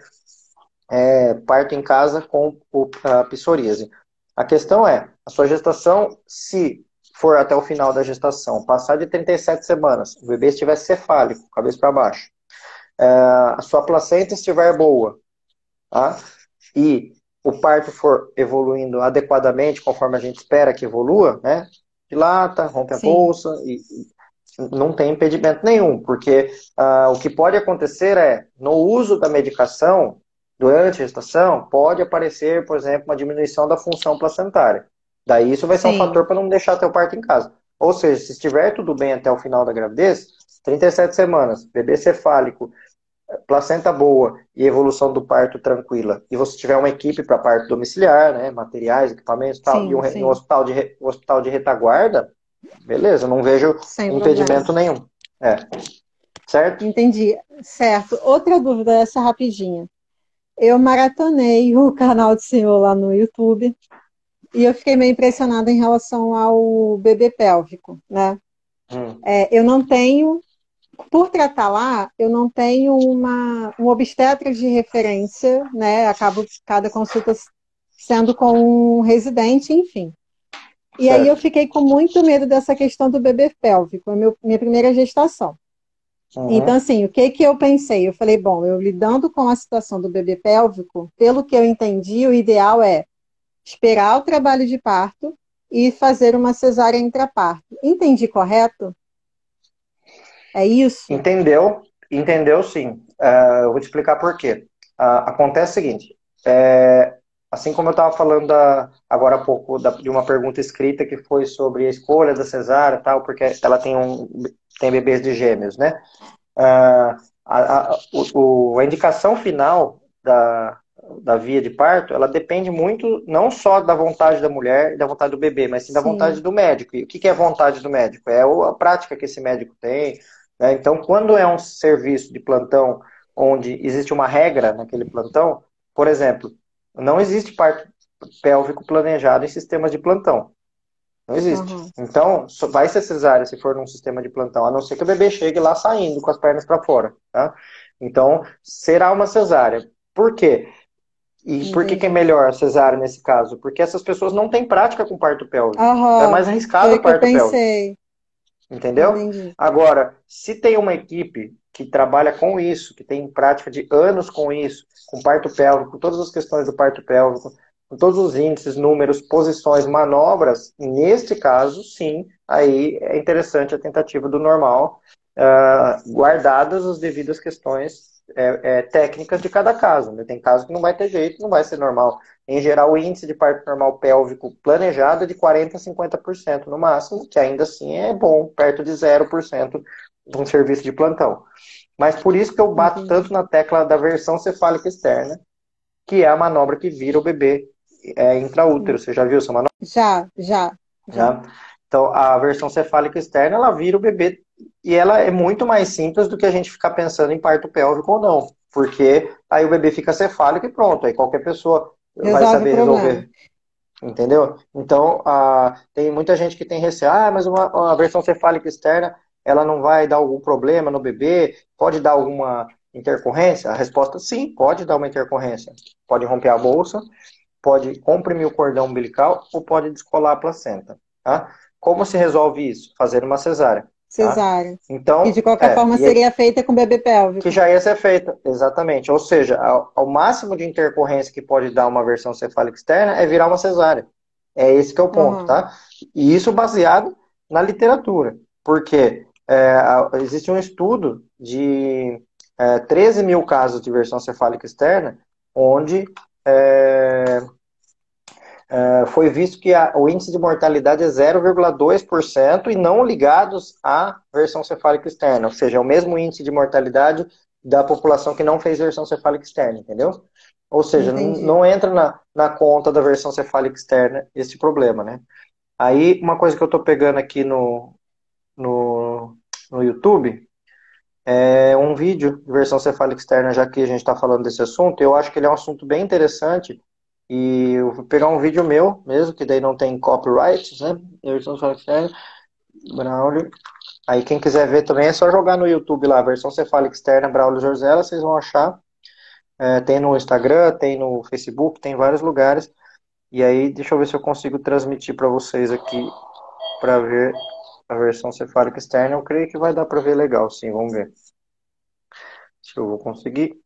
é parto em casa com o, a psoríase. A questão é, a sua gestação, se for até o final da gestação, passar de trinta e sete semanas, o bebê estiver cefálico, cabeça para baixo, é, a sua placenta estiver boa, tá? E o parto for evoluindo adequadamente, conforme a gente espera que evolua, né? Dilata, rompe a
Sim.
bolsa e, não tem impedimento nenhum, porque ah, o que pode acontecer é, no uso da medicação, durante a gestação, pode aparecer, por exemplo, uma diminuição da função placentária. Daí isso vai ser um fator
Sim.
para não deixar teu parto em casa. Ou seja, se estiver tudo bem até o final da gravidez, trinta e sete semanas, bebê cefálico, placenta boa e evolução do parto tranquila, e você tiver uma equipe para parto domiciliar, né, materiais, equipamentos e tal, e um,
Sim.
um
Sim.
hospital, de, um hospital de retaguarda, beleza, não vejo
Sem
impedimento
problemas.
nenhum. É, certo?
Entendi. Certo. Outra dúvida, essa rapidinha. Eu maratonei o canal do senhor lá no YouTube e eu fiquei meio impressionada em relação ao bebê pélvico, né?
Hum,
É, eu não tenho, por tratar lá, eu não tenho uma, um obstetra de referência, né? Acabo cada consulta sendo com um residente, enfim. E aí eu
certo.
fiquei com muito medo dessa questão do bebê pélvico, é meu, minha primeira gestação. Então,
Uhum.
assim, o que que eu pensei? Eu falei, bom, eu lidando com a situação do bebê pélvico, pelo que eu entendi, o ideal é esperar o trabalho de parto e fazer uma cesárea intraparto. Entendi correto? É isso?
Entendeu? Entendeu, sim. É, eu vou te explicar por quê. Ah, acontece o seguinte, é, assim como eu estava falando da- agora há pouco da- de uma pergunta escrita que foi sobre a escolha da cesárea e tal, porque ela tem, um, tem bebês de gêmeos, né? Ah, a, a, o, a indicação final da, da via de parto, ela depende muito não só da vontade da mulher e da vontade do bebê, mas sim da vontade
Sim.
do médico. E o que, que é a vontade do médico? É a prática que esse médico tem, né? Então, quando é um serviço de plantão onde existe uma regra naquele plantão, por exemplo, não existe parto pélvico planejado em sistemas de plantão. Não existe.
Uhum.
Então, só vai ser cesárea se for num sistema de plantão, a não ser que o bebê chegue lá saindo com as pernas para fora, tá? Então, será uma cesárea. Por quê? E por que que é melhor a cesárea nesse caso? Porque essas pessoas não têm prática com parto pélvico.
Aham,
É mais arriscado
foi
o
o que eu
parto pélvico.
pensei.
Entendeu?
Entendi.
Agora, se tem uma equipe que trabalha com isso, que tem prática de anos com isso, com parto pélvico, com todas as questões do parto pélvico, com todos os índices, números, posições, manobras, neste caso, sim, aí é interessante a tentativa do normal, uh, guardadas as devidas questões é, é, técnicas de cada caso. Né? Tem casos que não vai ter jeito, não vai ser normal. Em geral, o índice de parto normal pélvico planejado é de quarenta a cinquenta por cento no máximo, que ainda assim é bom, perto de zero por cento de um serviço de plantão. Mas por isso que eu bato
Entendi.
tanto na tecla da versão cefálica externa, que é a manobra que vira o bebê é, intraútero. Você já viu essa manobra?
Já, já, já.
Já. Então, a versão cefálica externa, ela vira o bebê e ela é muito mais simples do que a gente ficar pensando em parto pélvico ou não. Porque aí o bebê fica cefálico e pronto. Aí qualquer pessoa vai
Resolve o
saber
problema.
resolver. Entendeu? Então, a, tem muita gente que tem receio. Ah, mas uma, uma versão cefálica externa, ela não vai dar algum problema no bebê? Pode dar alguma intercorrência? A resposta, sim, pode dar uma intercorrência. Pode romper a bolsa, pode comprimir o cordão umbilical ou pode descolar a placenta. Tá? Como se resolve isso? Fazendo uma cesárea. Tá?
Cesárea.
Então,
Que de qualquer
é,
forma
e aí-
seria feita com bebê pélvico.
que já ia ser feita, exatamente. Ou seja, ao, ao máximo de intercorrência que pode dar uma versão cefálica externa é virar uma cesárea. É esse que é o ponto,
Aham.
tá? E isso baseado na literatura. Porque é, a- existe um estudo de é, treze mil casos de versão cefálica externa, onde é, é, foi visto que a- o índice de mortalidade é zero vírgula dois por cento e não ligados à versão cefálica externa, ou seja, é o mesmo índice de mortalidade da população que não fez versão cefálica externa, entendeu? Ou seja, n-
Entendi.
não entra na, na conta da versão cefálica externa esse problema, né? Aí, uma coisa que eu tô pegando aqui no, no, no YouTube é um vídeo de versão cefálica externa, já que a gente está falando desse assunto. Eu acho que ele é um assunto bem interessante. E eu vou pegar um vídeo meu mesmo, que daí não tem copyright, né? Versão cefálica externa, Braulio. Aí quem quiser ver também é só jogar no YouTube lá, versão cefálica externa, Braulio Zorzella, vocês vão achar. É, tem no Instagram, tem no Facebook, tem em vários lugares. E aí, deixa eu ver se eu consigo transmitir para vocês aqui para ver a versão cefálica externa. Eu creio que vai dar para ver legal, sim, vamos ver. Se eu vou conseguir.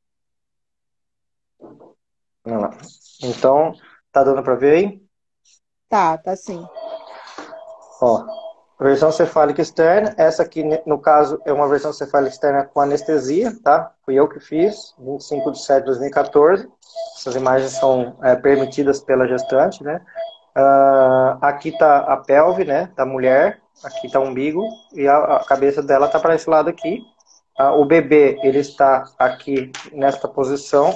Vamos lá. Então, tá dando para ver aí?
Tá, tá sim.
Ó, versão cefálica externa. Essa aqui, no caso, é uma versão cefálica externa com anestesia, tá? Fui eu que fiz, vinte e cinco de setembro de dois mil e quatorze. Essas imagens são é, permitidas pela gestante, né? Uh, aqui tá a pelve, né, da mulher. Aqui tá o umbigo e a, a cabeça dela tá para esse lado aqui. Uh, o bebê, ele está aqui nesta posição.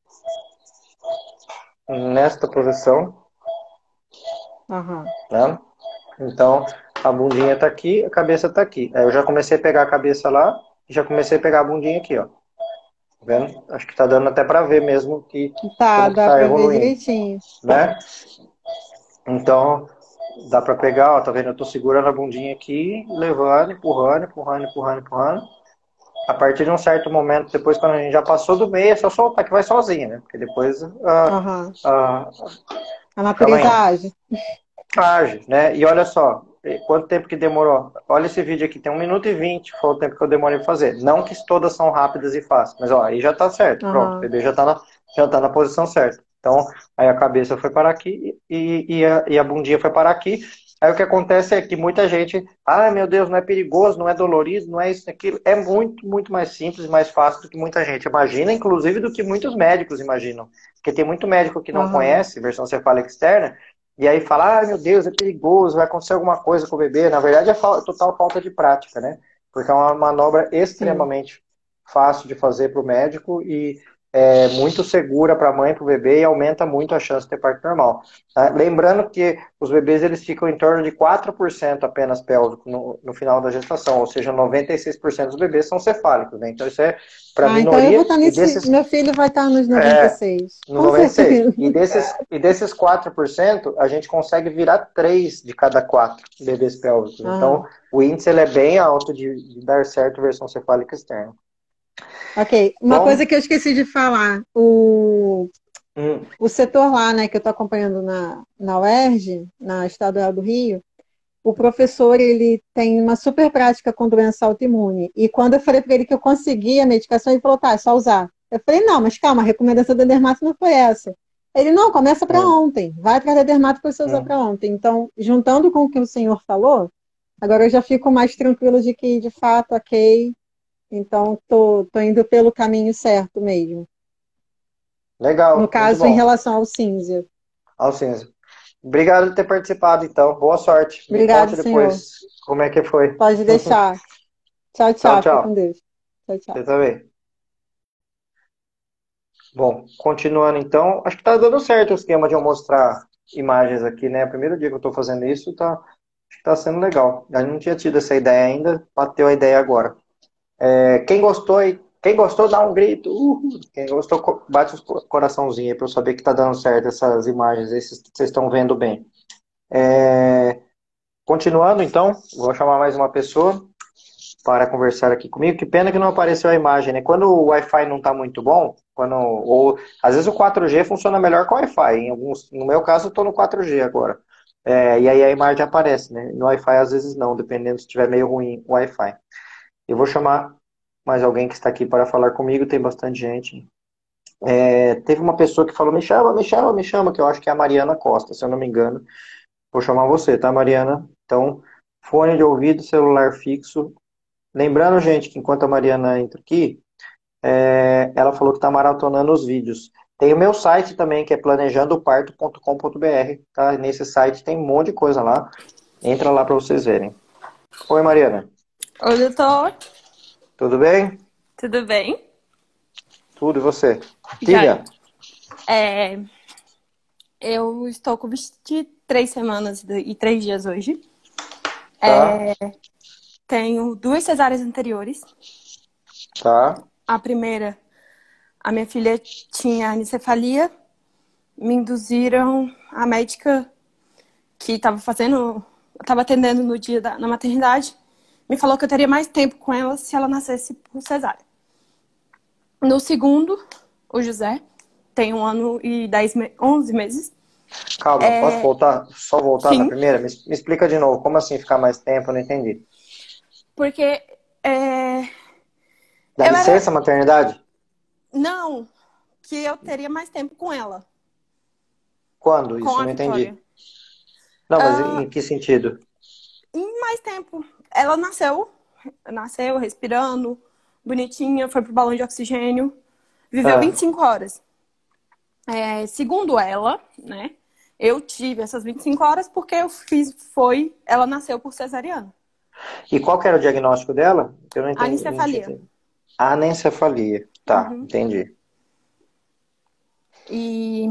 Nesta posição,
Aham.
né? Então, a bundinha tá aqui, a cabeça tá aqui. Aí eu já comecei a pegar a cabeça lá e já comecei a pegar a bundinha aqui, ó. Tá vendo? Acho que tá dando até para ver mesmo que
Tá,
como que
dá
tá
pra ver
evoluindo,
direitinho.
né? Então, dá pra pegar, ó, tá vendo? Eu tô segurando a bundinha aqui, levando, empurrando, empurrando, empurrando, empurrando. A partir de um certo momento, depois quando a gente já passou do meio, é só soltar que vai sozinha, né? Porque depois ah,
Aham.
ah,
A
calma
natureza
aí,
age.
age, né? E olha só, quanto tempo que demorou? Olha esse vídeo aqui, tem um minuto e vinte, foi o tempo que eu demorei pra fazer. Não que todas são rápidas e fáceis, mas ó, aí já tá certo, pronto, o
Aham.
bebê já tá na, já tá na posição certa. Então, aí a cabeça foi para aqui e, e, a, e a bundinha foi para aqui. Aí o que acontece é que muita gente, ah, meu Deus, não é perigoso, não é dolorido, não é isso, aquilo. É muito, muito mais simples, mais fácil do que muita gente imagina, inclusive do que muitos médicos imaginam. Porque tem muito médico que não
Aham.
conhece versão cefálica externa, e aí fala, ah, meu Deus, é perigoso, vai acontecer alguma coisa com o bebê. Na verdade, é fa- total falta de prática, né? Porque é uma manobra
Sim.
extremamente fácil de fazer para o médico e é muito segura para a mãe e para o bebê e aumenta muito a chance de ter parto normal. Tá? Lembrando que os bebês eles ficam em torno de quatro por cento apenas pélvico no, no final da gestação, ou seja, noventa e seis por cento dos bebês são cefálicos, né? Então isso é para
Ah, então eu vou
minoria
estar
e
nesse.
desses
Meu filho vai estar nos noventa e seis.
no
Com
noventa e seis.
certeza.
E desses, e desses quatro por cento, a gente consegue virar três de cada quatro bebês pélvicos.
Aham.
Então, o índice ele é bem alto de, de dar certo versão cefálica externa.
Ok. Uma
Bom,
coisa que eu esqueci de falar. O...
Hum,
O setor lá, né, que eu estou acompanhando na, na U E R J, na Estadual do Rio, o professor, ele tem uma super prática com doença autoimune. E quando eu falei para ele que eu consegui a medicação, ele falou, tá, é só usar. Eu falei, não, mas calma, a recomendação da dermato não foi essa. Ele, não, começa para
hum,
ontem. Vai atrás da dermato para você usar
hum.
para ontem. Então, juntando com o que o senhor falou, agora eu já fico mais tranquilo de que, de fato, ok. Então, tô, tô indo pelo caminho certo mesmo. No
Legal, muito
caso, em
bom.
relação ao cinza.
Alcinza. Obrigado por ter participado, então. Boa sorte. Me
Obrigado,
conte
senhor.
depois como é que foi.
Pode deixar. Tchau,
Tchau,
tchau. Fica com
tchau.
Deus. Tchau, tchau.
Você também. Bom, continuando então, acho que tá dando certo o esquema de eu mostrar imagens aqui, né? É o primeiro dia que eu tô fazendo isso, tá, acho que tá sendo legal. Eu não tinha tido essa ideia ainda, bateu a ideia agora. É, quem gostou, aí- quem gostou, dá um grito. Uhul. Quem gostou, co- bate o coraçãozinho aí pra eu saber que tá dando certo essas imagens, esses que vocês estão vendo bem. É, continuando então, vou chamar mais uma pessoa para conversar aqui comigo. Que pena que não apareceu a imagem, né? Quando o Wi-Fi não está muito bom, quando, ou às vezes o quatro G funciona melhor que o Wi-Fi. Em alguns, no meu caso, eu estou no quatro G agora. É, e aí a imagem aparece, né? No Wi-Fi às vezes não, dependendo se estiver meio ruim o Wi-Fi. Eu vou chamar mais alguém que está aqui para falar comigo, tem bastante gente. É, teve uma pessoa que falou, me chama, me chama, me chama, que eu acho que é a Mariana Costa, se eu não me engano. Vou chamar você, tá, Mariana? Então, fone de ouvido, celular fixo. Lembrando, gente, que enquanto a Mariana entra aqui, é, ela falou que está maratonando os vídeos. Tem o meu site também, que é planejando parto ponto com ponto br, tá? Nesse site tem um monte de coisa lá. Entra lá para vocês verem. Oi, Mariana.
Oi, doutor.
Tudo bem?
Tudo bem?
Tudo, e você?
Já.
Diga.
É, eu estou com vinte e três semanas e três dias hoje.
Tá,
É, tenho duas cesáreas anteriores.
tá.
A primeira, a minha filha tinha anencefalia. Me induziram, a médica que estava fazendo, estava atendendo no dia da, na maternidade, me falou que eu teria mais tempo com ela se ela nascesse por cesárea. No segundo, o José tem um ano e dez, me- onze meses.
Calma, posso voltar? Só voltar na
Sim,
primeira? Me, me explica de novo. Como assim ficar mais tempo? Eu não entendi.
porque é,
Dá
eu era.
licença, maternidade?
Não, que eu teria mais tempo com ela,
Quando
com
isso?
a
Não entendi.
Vitória.
Não, mas em
Ah,
em que sentido?
em mais tempo. Ela nasceu, nasceu respirando, bonitinha, foi pro balão de oxigênio, viveu vinte
Ah.
e cinco horas. É, segundo ela, né? Eu tive essas vinte e cinco horas porque eu fiz, foi, ela nasceu por cesariana.
E qual que era o diagnóstico dela? Eu não entendi, não tinha
Anencefalia.
entendido. Anencefalia. Tá,
Uhum.
entendi.
E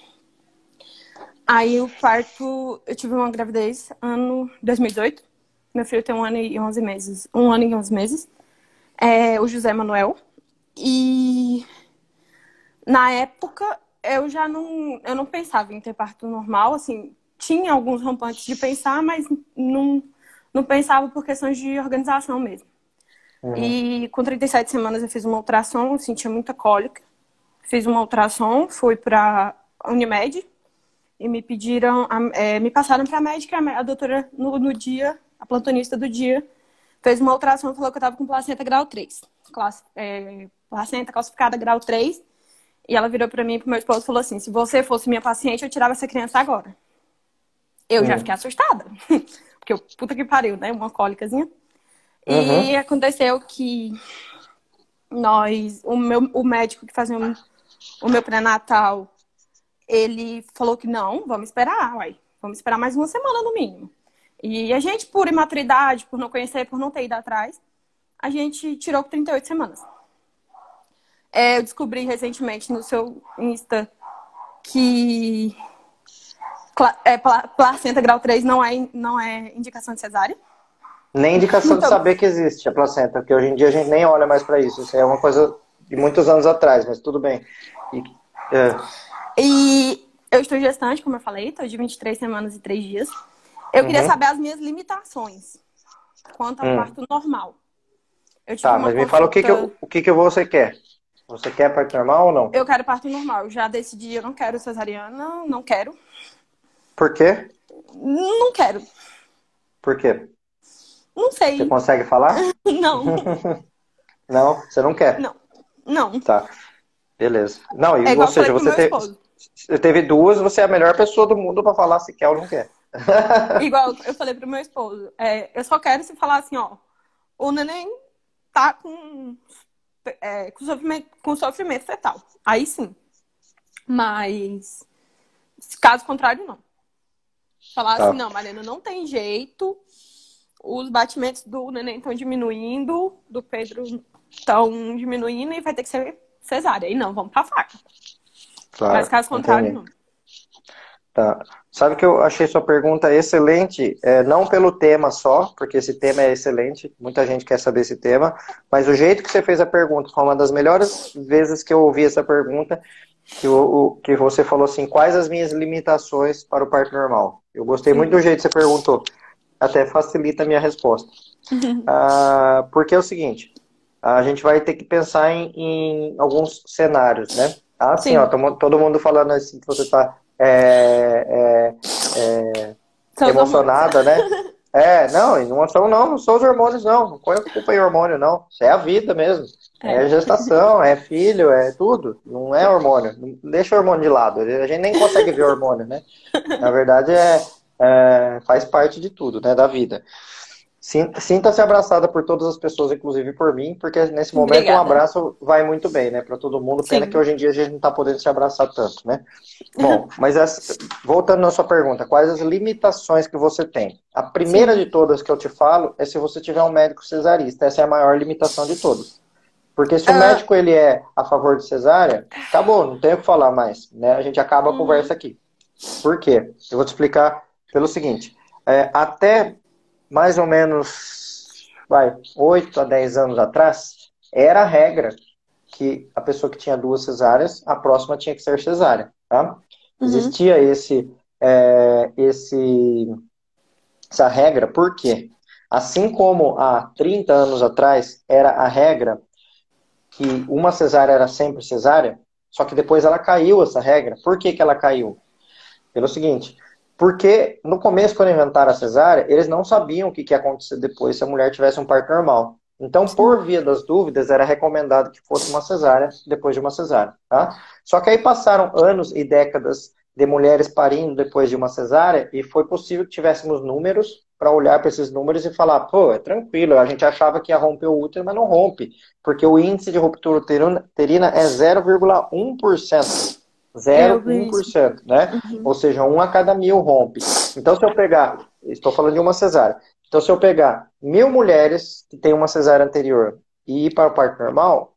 aí o parto, eu tive uma gravidez ano dois mil e dezoito. Meu filho tem um ano e onze meses. Um ano e onze meses. É, o José Manuel. E na época eu já não, eu não pensava em ter parto normal, assim, tinha alguns rompantes de pensar, mas não, não pensava por questões de organização mesmo.
Uhum.
E com trinta e sete semanas eu fiz uma ultrassom, eu sentia muita cólica. Fiz uma ultrassom, fui para Unimed e me pediram, é, me passaram para a médica, a doutora no, no dia, a plantonista do dia, fez uma ultrassom e falou que eu estava com placenta grau três. Classe, é, placenta calcificada grau três. E ela virou pra mim e pro meu esposo e falou assim: se você fosse minha paciente, eu tirava essa criança agora. Eu já
Uhum.
fiquei assustada. Porque eu, puta que pariu, né? Uma cólicazinha. E
Uhum.
aconteceu que nós, o, meu, o médico que fazia o, o meu pré-natal, ele falou que não, vamos esperar, uai. Vamos esperar mais uma semana no mínimo. E a gente, por imaturidade, por não conhecer, por não ter ido atrás, a gente tirou com trinta e oito semanas. É, eu descobri recentemente no seu Insta que é, placenta grau três não é, não é indicação de cesárea.
Nem indicação de
Então,
saber que existe a placenta, porque hoje em dia a gente nem olha mais para isso. Isso é uma coisa de muitos anos atrás, mas tudo bem. E, é.
E eu estou gestante, como eu falei, estou de vinte e três semanas e três dias. Eu queria
Uhum.
saber as minhas limitações quanto ao
Hum.
parto normal. Eu tive
Tá,
uma
mas me fala o que, que,
consulta...
eu- o que, que você quer. Você quer parto normal ou não?
Eu quero parto normal. Eu já decidi, eu não quero cesariana, não quero.
Por quê?
Não quero.
Por quê?
Não sei.
Você consegue falar?
Não.
Não, você não quer?
Não. Não.
Tá, beleza. Não, e,
É igual
ou seja,
eu falei pro
você,
meu
te,
esposo.
você teve duas, você é a melhor pessoa do mundo pra falar se quer ou não quer.
Igual eu falei pro meu esposo. É, eu só quero se falar assim, ó. O neném tá com, é, com, sofrimento, com sofrimento fetal. Aí sim. Mas, caso contrário, não. Falar
Tá.
assim, não, Mariana, não tem jeito. Os batimentos do neném estão diminuindo, do Pedro estão diminuindo e vai ter que ser cesárea. Aí não, vamos pra faca.
Claro,
Mas caso contrário,
entendi.
não.
Tá. Sabe que eu achei sua pergunta excelente, é, não pelo tema só, porque esse tema é excelente, muita gente quer saber esse tema, mas o jeito que você fez a pergunta foi uma das melhores vezes que eu ouvi essa pergunta, que, o, o, que você falou assim, quais as minhas limitações para o parto normal? Eu gostei
Sim.
muito do jeito que você perguntou, até facilita a minha resposta. Ah, porque é o seguinte, a gente vai ter que pensar em, em alguns cenários, né? Ah, sim,
Sim.
ó, tomo- todo mundo falando assim que você tá é, é, é,
São os
emocionada, né? É, não, e não são não, não são os hormônios não, não põe a culpa em hormônio não, isso é a vida mesmo, é,
É.
gestação, é filho, é tudo, não é hormônio, não deixa o hormônio de lado, a gente nem consegue ver hormônio, né? Na verdade é, é, faz parte de tudo, né, da vida. Sin- Sinta-se abraçada por todas as pessoas, inclusive por mim, porque nesse momento
Obrigada.
um abraço vai muito bem, né, para todo mundo. Pena
Sim.
que hoje em dia a gente não está podendo se abraçar tanto, né? Bom, mas essa- voltando na sua pergunta, quais as limitações que você tem? A primeira
Sim.
de todas que eu te falo é se você tiver um médico cesarista. Essa é a maior limitação de todas. Porque se o
Ah.
médico ele é a favor de cesárea, acabou, não tem o que falar mais, né? A gente acaba a
Uhum.
conversa aqui. Por quê? Eu vou te explicar pelo seguinte. É, até mais ou menos, vai, oito a dez anos atrás, era a regra que a pessoa que tinha duas cesáreas, a próxima tinha que ser cesárea, tá?
Uhum.
Existia esse, é, esse, essa regra, por quê? Assim como há trinta anos atrás era a regra que uma cesárea era sempre cesárea, só que depois ela caiu essa regra. Por que que ela caiu? Pelo seguinte, porque no começo, quando inventaram a cesárea, eles não sabiam o que que ia acontecer depois se a mulher tivesse um parto normal. Então, por via das dúvidas, era recomendado que fosse uma cesárea depois de uma cesárea, tá? Só que aí passaram anos e décadas de mulheres parindo depois de uma cesárea e foi possível que tivéssemos números para olhar para esses números e falar, pô, é tranquilo, a gente achava que ia romper o útero, mas não rompe, porque o índice de ruptura uterina é zero vírgula um por cento. zero vírgula um por cento, né?
Uhum.
Ou seja, um a cada mil rompe. Então, se eu pegar, estou falando de uma cesárea, então se eu pegar mil mulheres que têm uma cesárea anterior e ir para o parto normal,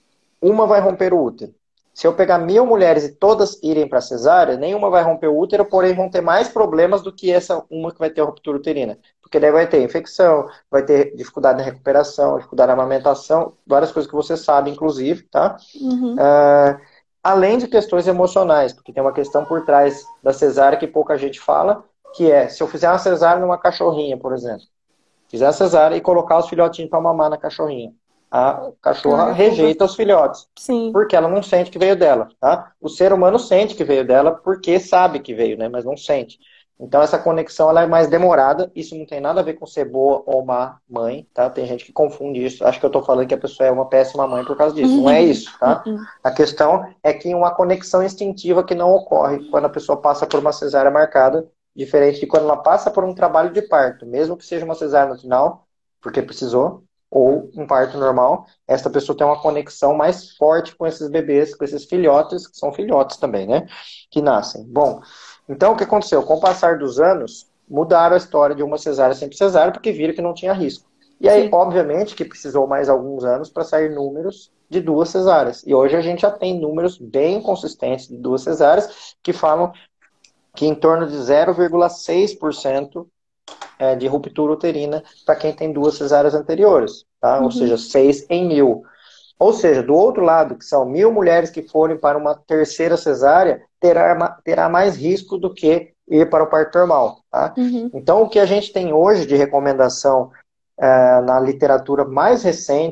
uma vai romper o útero. Se eu pegar mil mulheres e todas irem para a cesárea, nenhuma vai romper o útero, porém vão ter mais problemas do que essa uma que vai ter a ruptura uterina. Porque daí vai ter infecção, vai ter dificuldade na recuperação, dificuldade na amamentação, várias coisas que você sabe, inclusive, tá?
Uhum.
Uh, além de questões emocionais, porque tem uma questão por trás da cesárea que pouca gente fala, que é, se eu fizer uma cesárea numa cachorrinha, por exemplo, fizer a cesárea e colocar os filhotinhos para mamar na cachorrinha, a cachorra
Cara,
rejeita os filhotes,
Sim.
porque ela não sente que veio dela, tá? O ser humano sente que veio dela porque sabe que veio, né? Mas não sente. Então essa conexão ela é mais demorada, isso não tem nada a ver com ser boa ou má mãe, tá? Tem gente que confunde isso, acho que eu tô falando que a pessoa é uma péssima mãe por causa disso, não é isso, tá?
Uhum.
A questão é que uma conexão instintiva que não ocorre quando a pessoa passa por uma cesárea marcada, diferente de quando ela passa por um trabalho de parto, mesmo que seja uma cesárea no final, porque precisou, ou um parto normal, esta pessoa tem uma conexão mais forte com esses bebês, com esses filhotes, que são filhotes também, né? Que nascem. Bom, então o que aconteceu? Com o passar dos anos, mudaram a história de uma cesárea sempre cesárea, porque viram que não tinha risco. E aí,
Sim.
obviamente, que precisou mais alguns anos para sair números de duas cesáreas. E hoje a gente já tem números bem consistentes de duas cesáreas, que falam que em torno de zero vírgula seis por cento é, de ruptura uterina para quem tem duas cesáreas anteriores, tá?
Uhum.
Ou seja, seis em mil. Ou seja, do outro lado, que são mil mulheres que forem para uma terceira cesárea, terá, terá mais risco do que ir para o parto normal, tá?
Uhum.
Então, o que a gente tem hoje de recomendação é, na literatura mais recente,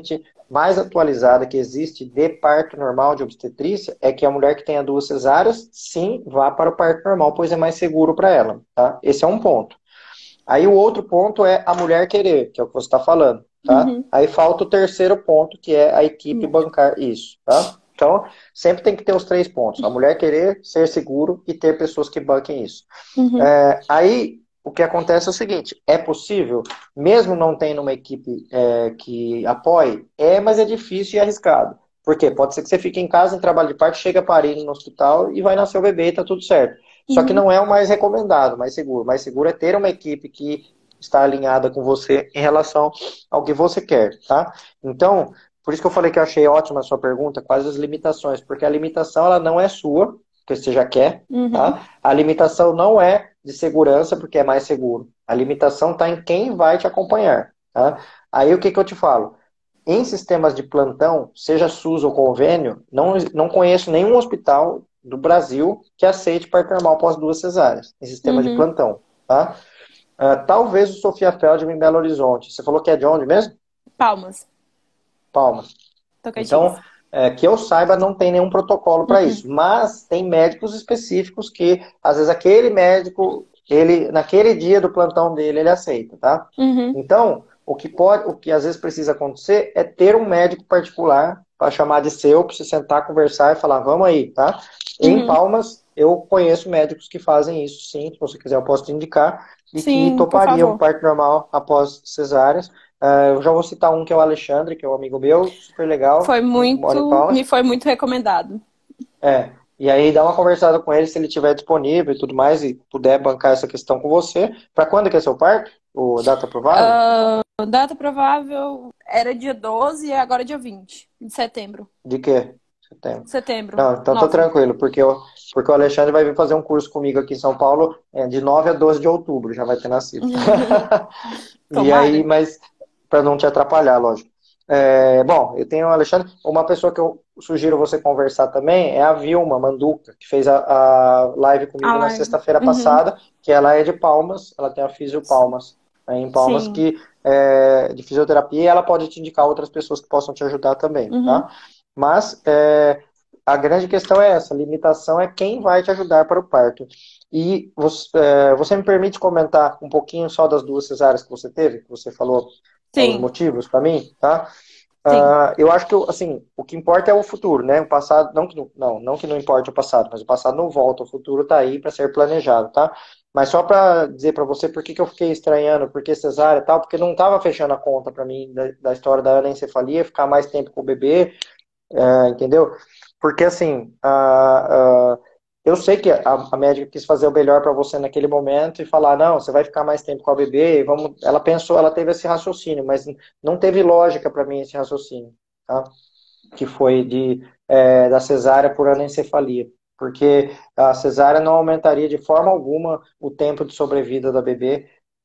mais atualizada que existe de parto normal de obstetrícia é que a mulher que tenha duas cesáreas, sim, vá para o parto normal, pois é mais seguro para ela, tá? Esse é um ponto. Aí o outro ponto é a mulher querer, que é o que você está falando, tá?
Uhum.
Aí falta o terceiro ponto, que é a equipe
Uhum.
bancar isso, tá? Então, sempre tem que ter os três pontos. A mulher querer, ser seguro e ter pessoas que banquem isso.
Uhum.
É, aí, o que acontece é o seguinte, é possível, mesmo não tendo uma equipe é, que apoie, é, mas é difícil e arriscado. Por quê? Pode ser que você fique em casa, em trabalho de parto, chega parindo no hospital e vai nascer o bebê e tá tudo certo. Só que
Uhum.
não é o mais recomendado, mais seguro. Mais seguro é ter uma equipe que está alinhada com você em relação ao que você quer, tá? Então, por isso que eu falei que eu achei ótima a sua pergunta, quais as limitações, porque a limitação ela não é sua, que você já quer,
Uhum.
tá? A limitação não é de segurança, porque é mais seguro. A limitação está em quem vai te acompanhar, tá? Aí o que, que eu te falo? Em sistemas de plantão, seja SUS ou convênio, não, não conheço nenhum hospital do Brasil que aceite parto normal após duas cesáreas, em sistema de
Uhum.
plantão, tá? Uh, talvez o Sofia Feldman em Belo Horizonte. Você falou que é de onde mesmo?
Palmas.
Palmas.
Tocantins.
Então, é, que eu saiba, não tem nenhum protocolo para
Uhum.
isso. Mas tem médicos específicos que, às vezes, aquele médico, ele, naquele dia do plantão dele, ele aceita, tá?
Uhum.
Então, o que pode, o que às vezes precisa acontecer é ter um médico particular para chamar de seu, para você sentar, conversar e falar, vamos aí, tá? Em
Uhum.
Palmas, eu conheço médicos que fazem isso, sim. Se você quiser, eu posso te indicar. E que
Sim, por
topariam
favor.
parto normal após cesáreas. Uh, eu já vou citar um que é o Alexandre, que é um amigo meu, super legal,
Foi
mora em
muito,
Palmas.
me foi muito recomendado.
É, e aí dá uma conversada com ele se ele estiver disponível e tudo mais, e puder bancar essa questão com você. Para quando que é seu parto? O data provável?
Uh, data provável era dia doze e agora é dia vinte de setembro.
De quê? Setembro.
Setembro.
Não, então tô
nove.
tranquilo, porque, eu, porque o Alexandre vai vir fazer um curso comigo aqui em São Paulo é, de nove a doze de outubro, já vai ter nascido. E aí,
Tomara.
mas para não te atrapalhar, lógico. É, bom, eu tenho o Alexandre. Uma pessoa que eu sugiro você conversar também é a Vilma Manduca, que fez a, a live comigo
A
na
live.
sexta-feira
Uhum.
passada, que ela é de Palmas, ela tem a Fisio Palmas, né, em Palmas,
Sim.
que é de fisioterapia, e ela pode te indicar outras pessoas que possam te ajudar também,
Uhum.
tá? Mas é, a grande questão é essa, a limitação é quem vai te ajudar para o parto. E você, é, você me permite comentar um pouquinho só das duas cesáreas que você teve, que você falou os
Sim.
motivos para mim, tá?
Sim.
Uh, eu acho que, assim, o que importa é o futuro, né? O passado, não que não, não, não que não importe o passado, mas o passado não volta, o futuro tá aí para ser planejado, tá? Mas só para dizer para você por que, que eu fiquei estranhando, por que cesárea e tal, porque não tava fechando a conta para mim da, da história da anencefalia, ficar mais tempo com o bebê, uh, entendeu? Porque, assim, uh, uh, eu sei que a, a médica quis fazer o melhor para você naquele momento e falar, não, você vai ficar mais tempo com a bebê, vamos... ela pensou, ela teve esse raciocínio, mas não teve lógica para mim esse raciocínio, tá? Que foi de, é, da cesárea por anencefalia, porque a cesárea não aumentaria de forma alguma o tempo de sobrevida da bebê,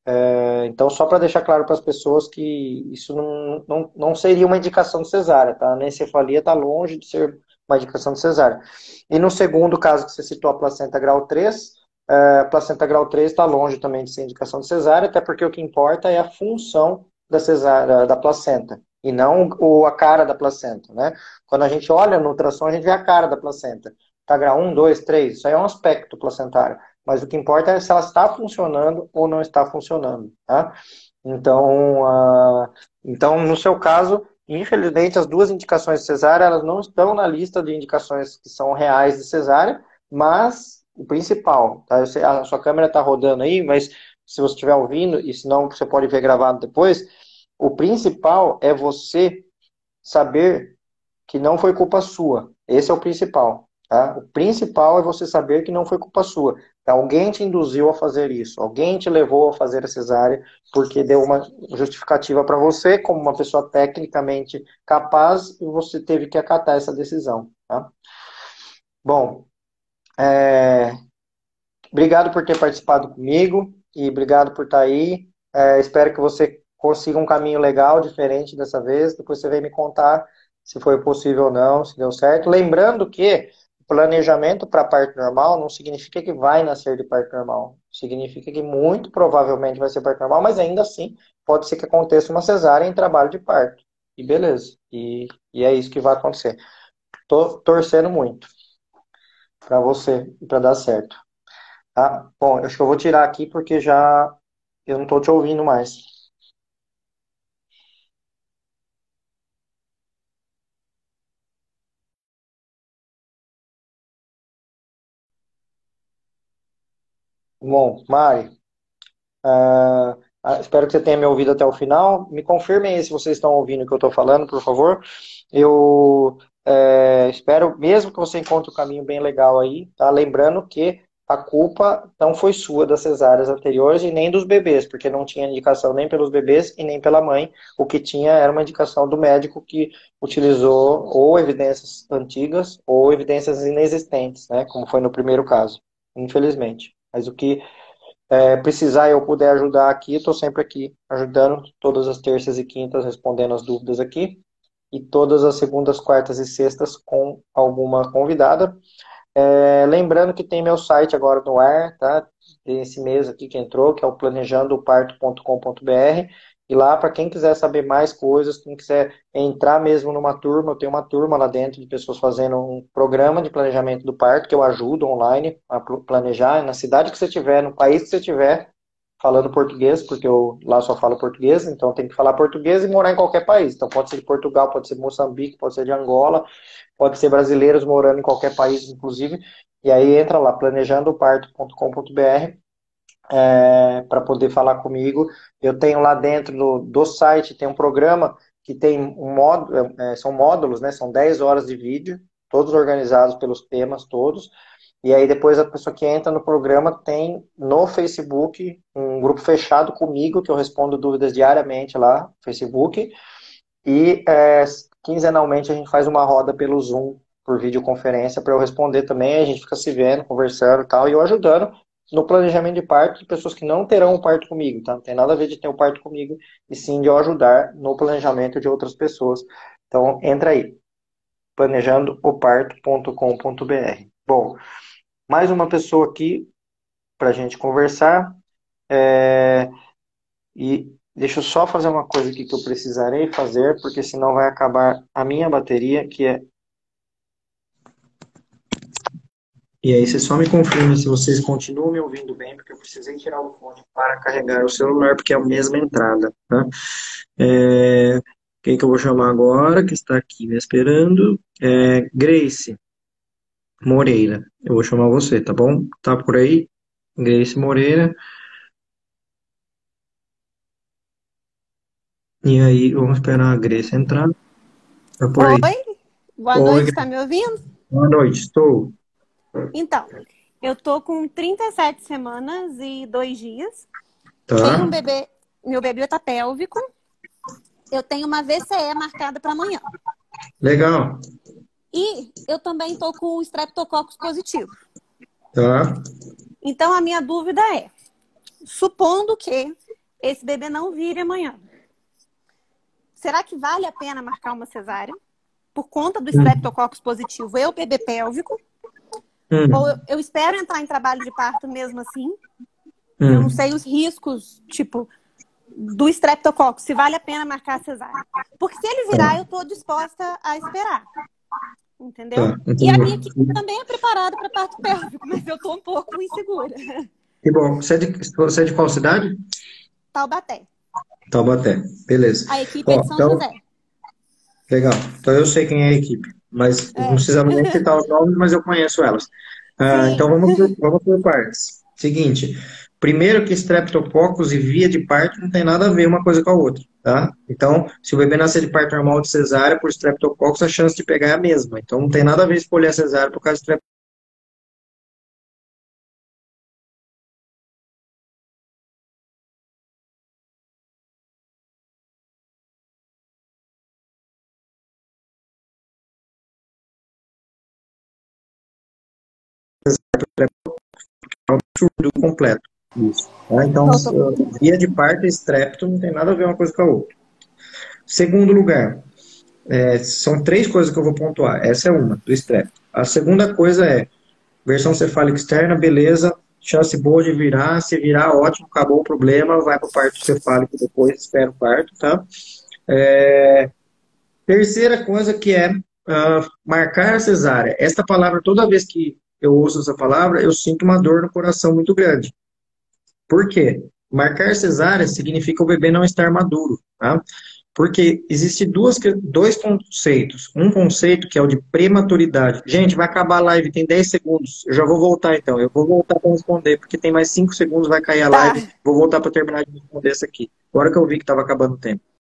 é, então só para deixar claro para as pessoas que isso não, não, não seria uma indicação de cesárea, tá? A anencefalia está longe de ser uma indicação de cesárea. E no segundo caso que você citou, a placenta grau três, é, a placenta grau três está longe também de ser indicação de cesárea, até porque o que importa é a função da cesárea, da placenta, e não o, a cara da placenta, né? Quando a gente olha no ultrassom, a gente vê a cara da placenta. Tá grau um, dois, três, isso aí é um aspecto placentário. Mas o que importa é se ela está funcionando ou não está funcionando, tá? Então, uh, então no seu caso, infelizmente, as duas indicações de cesárea, elas não estão na lista de indicações que são reais de cesárea, mas o principal, tá? Eu sei, a sua câmera está rodando aí, mas se você estiver ouvindo, e se não, você pode ver gravado depois, o principal é você saber que não foi culpa sua. Esse é o principal, tá? O principal é você saber que não foi culpa sua. Alguém te induziu a fazer isso, alguém te levou a fazer a cesárea porque deu uma justificativa para você, como uma pessoa tecnicamente capaz, e você teve que acatar essa decisão, tá? Bom, é... obrigado por ter participado comigo e obrigado por estar aí. É, espero que você consiga um caminho legal, diferente dessa vez. Depois você vem me contar se foi possível ou não, se deu certo. Lembrando que planejamento para parto normal não significa que vai nascer de parto normal. Significa que muito provavelmente vai ser parto normal, mas ainda assim pode ser que aconteça uma cesárea em trabalho de parto. e beleza. E, e é isso que vai acontecer. Tô torcendo muito para você e para dar certo. Tá? Bom, acho que eu vou tirar aqui porque já eu não tô te ouvindo mais. Bom, Mari, ah, ah, espero que você tenha me ouvido até o final. Me confirmem aí se vocês estão ouvindo o que eu estou falando, por favor. Eu é, espero mesmo que você encontre um caminho bem legal aí, tá? Lembrando que a culpa não foi sua das cesáreas anteriores e nem dos bebês, porque não tinha indicação nem pelos bebês e nem pela mãe. O que tinha era uma indicação do médico que utilizou ou evidências antigas ou evidências inexistentes, né? Como foi no primeiro caso, infelizmente. Mas o que é, precisar eu puder ajudar aqui, estou sempre aqui ajudando, todas as terças e quintas respondendo as dúvidas aqui, e todas as segundas, quartas e sextas com alguma convidada. É, lembrando que tem meu site agora no ar, tá? Esse mês aqui que entrou, que é o planejando parto ponto com ponto br. E lá, para quem quiser saber mais coisas, quem quiser entrar mesmo numa turma, eu tenho uma turma lá dentro de pessoas fazendo um programa de planejamento do parto, que eu ajudo online a planejar, na cidade que você estiver, no país que você estiver, falando português, porque eu lá só falo português, então tem que falar português e morar em qualquer país. Então pode ser de Portugal, pode ser de Moçambique, pode ser de Angola, pode ser brasileiros morando em qualquer país, inclusive. E aí entra lá, planejando parto ponto com ponto br, é, para poder falar comigo. Eu tenho lá dentro do, do site, tem um programa que tem um módulo, é, são módulos, né? São dez horas de vídeo, todos organizados pelos temas todos. E aí depois a pessoa que entra no programa tem no Facebook um grupo fechado comigo, que eu respondo dúvidas diariamente lá no Facebook. E é, quinzenalmente a gente faz uma roda pelo Zoom, por videoconferência, para eu responder também. A gente fica se vendo, conversando e tal, e eu ajudando no planejamento de parto de pessoas que não terão o parto comigo, tá? Não tem nada a ver de ter o parto comigo, e sim de eu ajudar no planejamento de outras pessoas. Então, entra aí, planejando o parto ponto com ponto br. Bom, mais uma pessoa aqui para a gente conversar. É, e deixa eu só fazer uma coisa aqui que eu precisarei fazer, porque senão vai acabar a minha bateria, que é... E aí você só me confirma se vocês continuam me ouvindo bem, porque eu precisei tirar o fone para carregar o celular, porque é a mesma entrada, tá? É... Quem que eu vou chamar agora, que está aqui me esperando? É Grace Moreira. Eu vou chamar você, tá bom? Tá por aí? Grace Moreira. E aí, vamos esperar a Grace entrar. Tá por aí.
Oi, boa
Oi,
noite,
Grace.
tá me ouvindo?
Boa noite, estou.
Então, eu tô com trinta e sete semanas e dois dias.
Tá.
Tenho um bebê, meu bebê tá pélvico. Eu tenho uma V C E marcada para amanhã.
Legal.
E eu também tô com o Streptococcus positivo.
Tá.
Então, a minha dúvida é, supondo que esse bebê não vire amanhã, será que vale a pena marcar uma cesárea por conta do Streptococcus positivo e o bebê pélvico?
Hum.
Ou eu, eu espero entrar em trabalho de parto mesmo assim?
Hum.
Eu não sei os riscos, tipo, do Streptococcus, se vale a pena marcar a cesárea. Porque se ele virar, eu tô disposta a esperar. Entendeu?
Tá,
e a minha equipe também é preparada para parto pélvico, mas eu tô um pouco insegura.
Que bom. Você é de, você é de qual cidade?
Taubaté.
Taubaté. Beleza.
A equipe
Ó,
é de São
então,
José.
legal. Então eu sei quem é a equipe, mas
É.
não precisa nem citar os nomes, mas eu conheço elas. Ah, então vamos por, vamos por partes. Seguinte, primeiro que Streptococcus e via de parto não tem nada a ver uma coisa com a outra, tá? Então, se o bebê nascer de parto normal de cesárea por Streptococcus, a chance de pegar é a mesma. Então não tem nada a ver escolher a cesárea por causa de Streptococcus. É um absurdo completo. Isso. Tá? Então, via de parto e estrepto não tem nada a ver uma coisa com a outra. Segundo lugar, é, são três coisas que eu vou pontuar. Essa é uma, do estrepto. A segunda coisa é, versão cefálica externa, beleza, chance boa de virar, se virar, ótimo, acabou o problema, vai para o parto cefálico depois, espera o parto, tá? É, Terceira coisa que é uh, marcar a cesárea. Esta palavra, toda vez que eu ouço essa palavra, eu sinto uma dor no coração muito grande. Por quê? Marcar cesárea significa o bebê não estar maduro, tá? Porque existe duas, dois conceitos. Um conceito que é o de prematuridade. Gente, vai acabar a live, tem dez segundos. Eu já vou voltar então. Eu vou voltar para responder, porque tem mais cinco segundos, vai cair a live.
Tá.
Vou voltar para terminar de responder essa aqui. Agora que eu vi que estava acabando o tempo.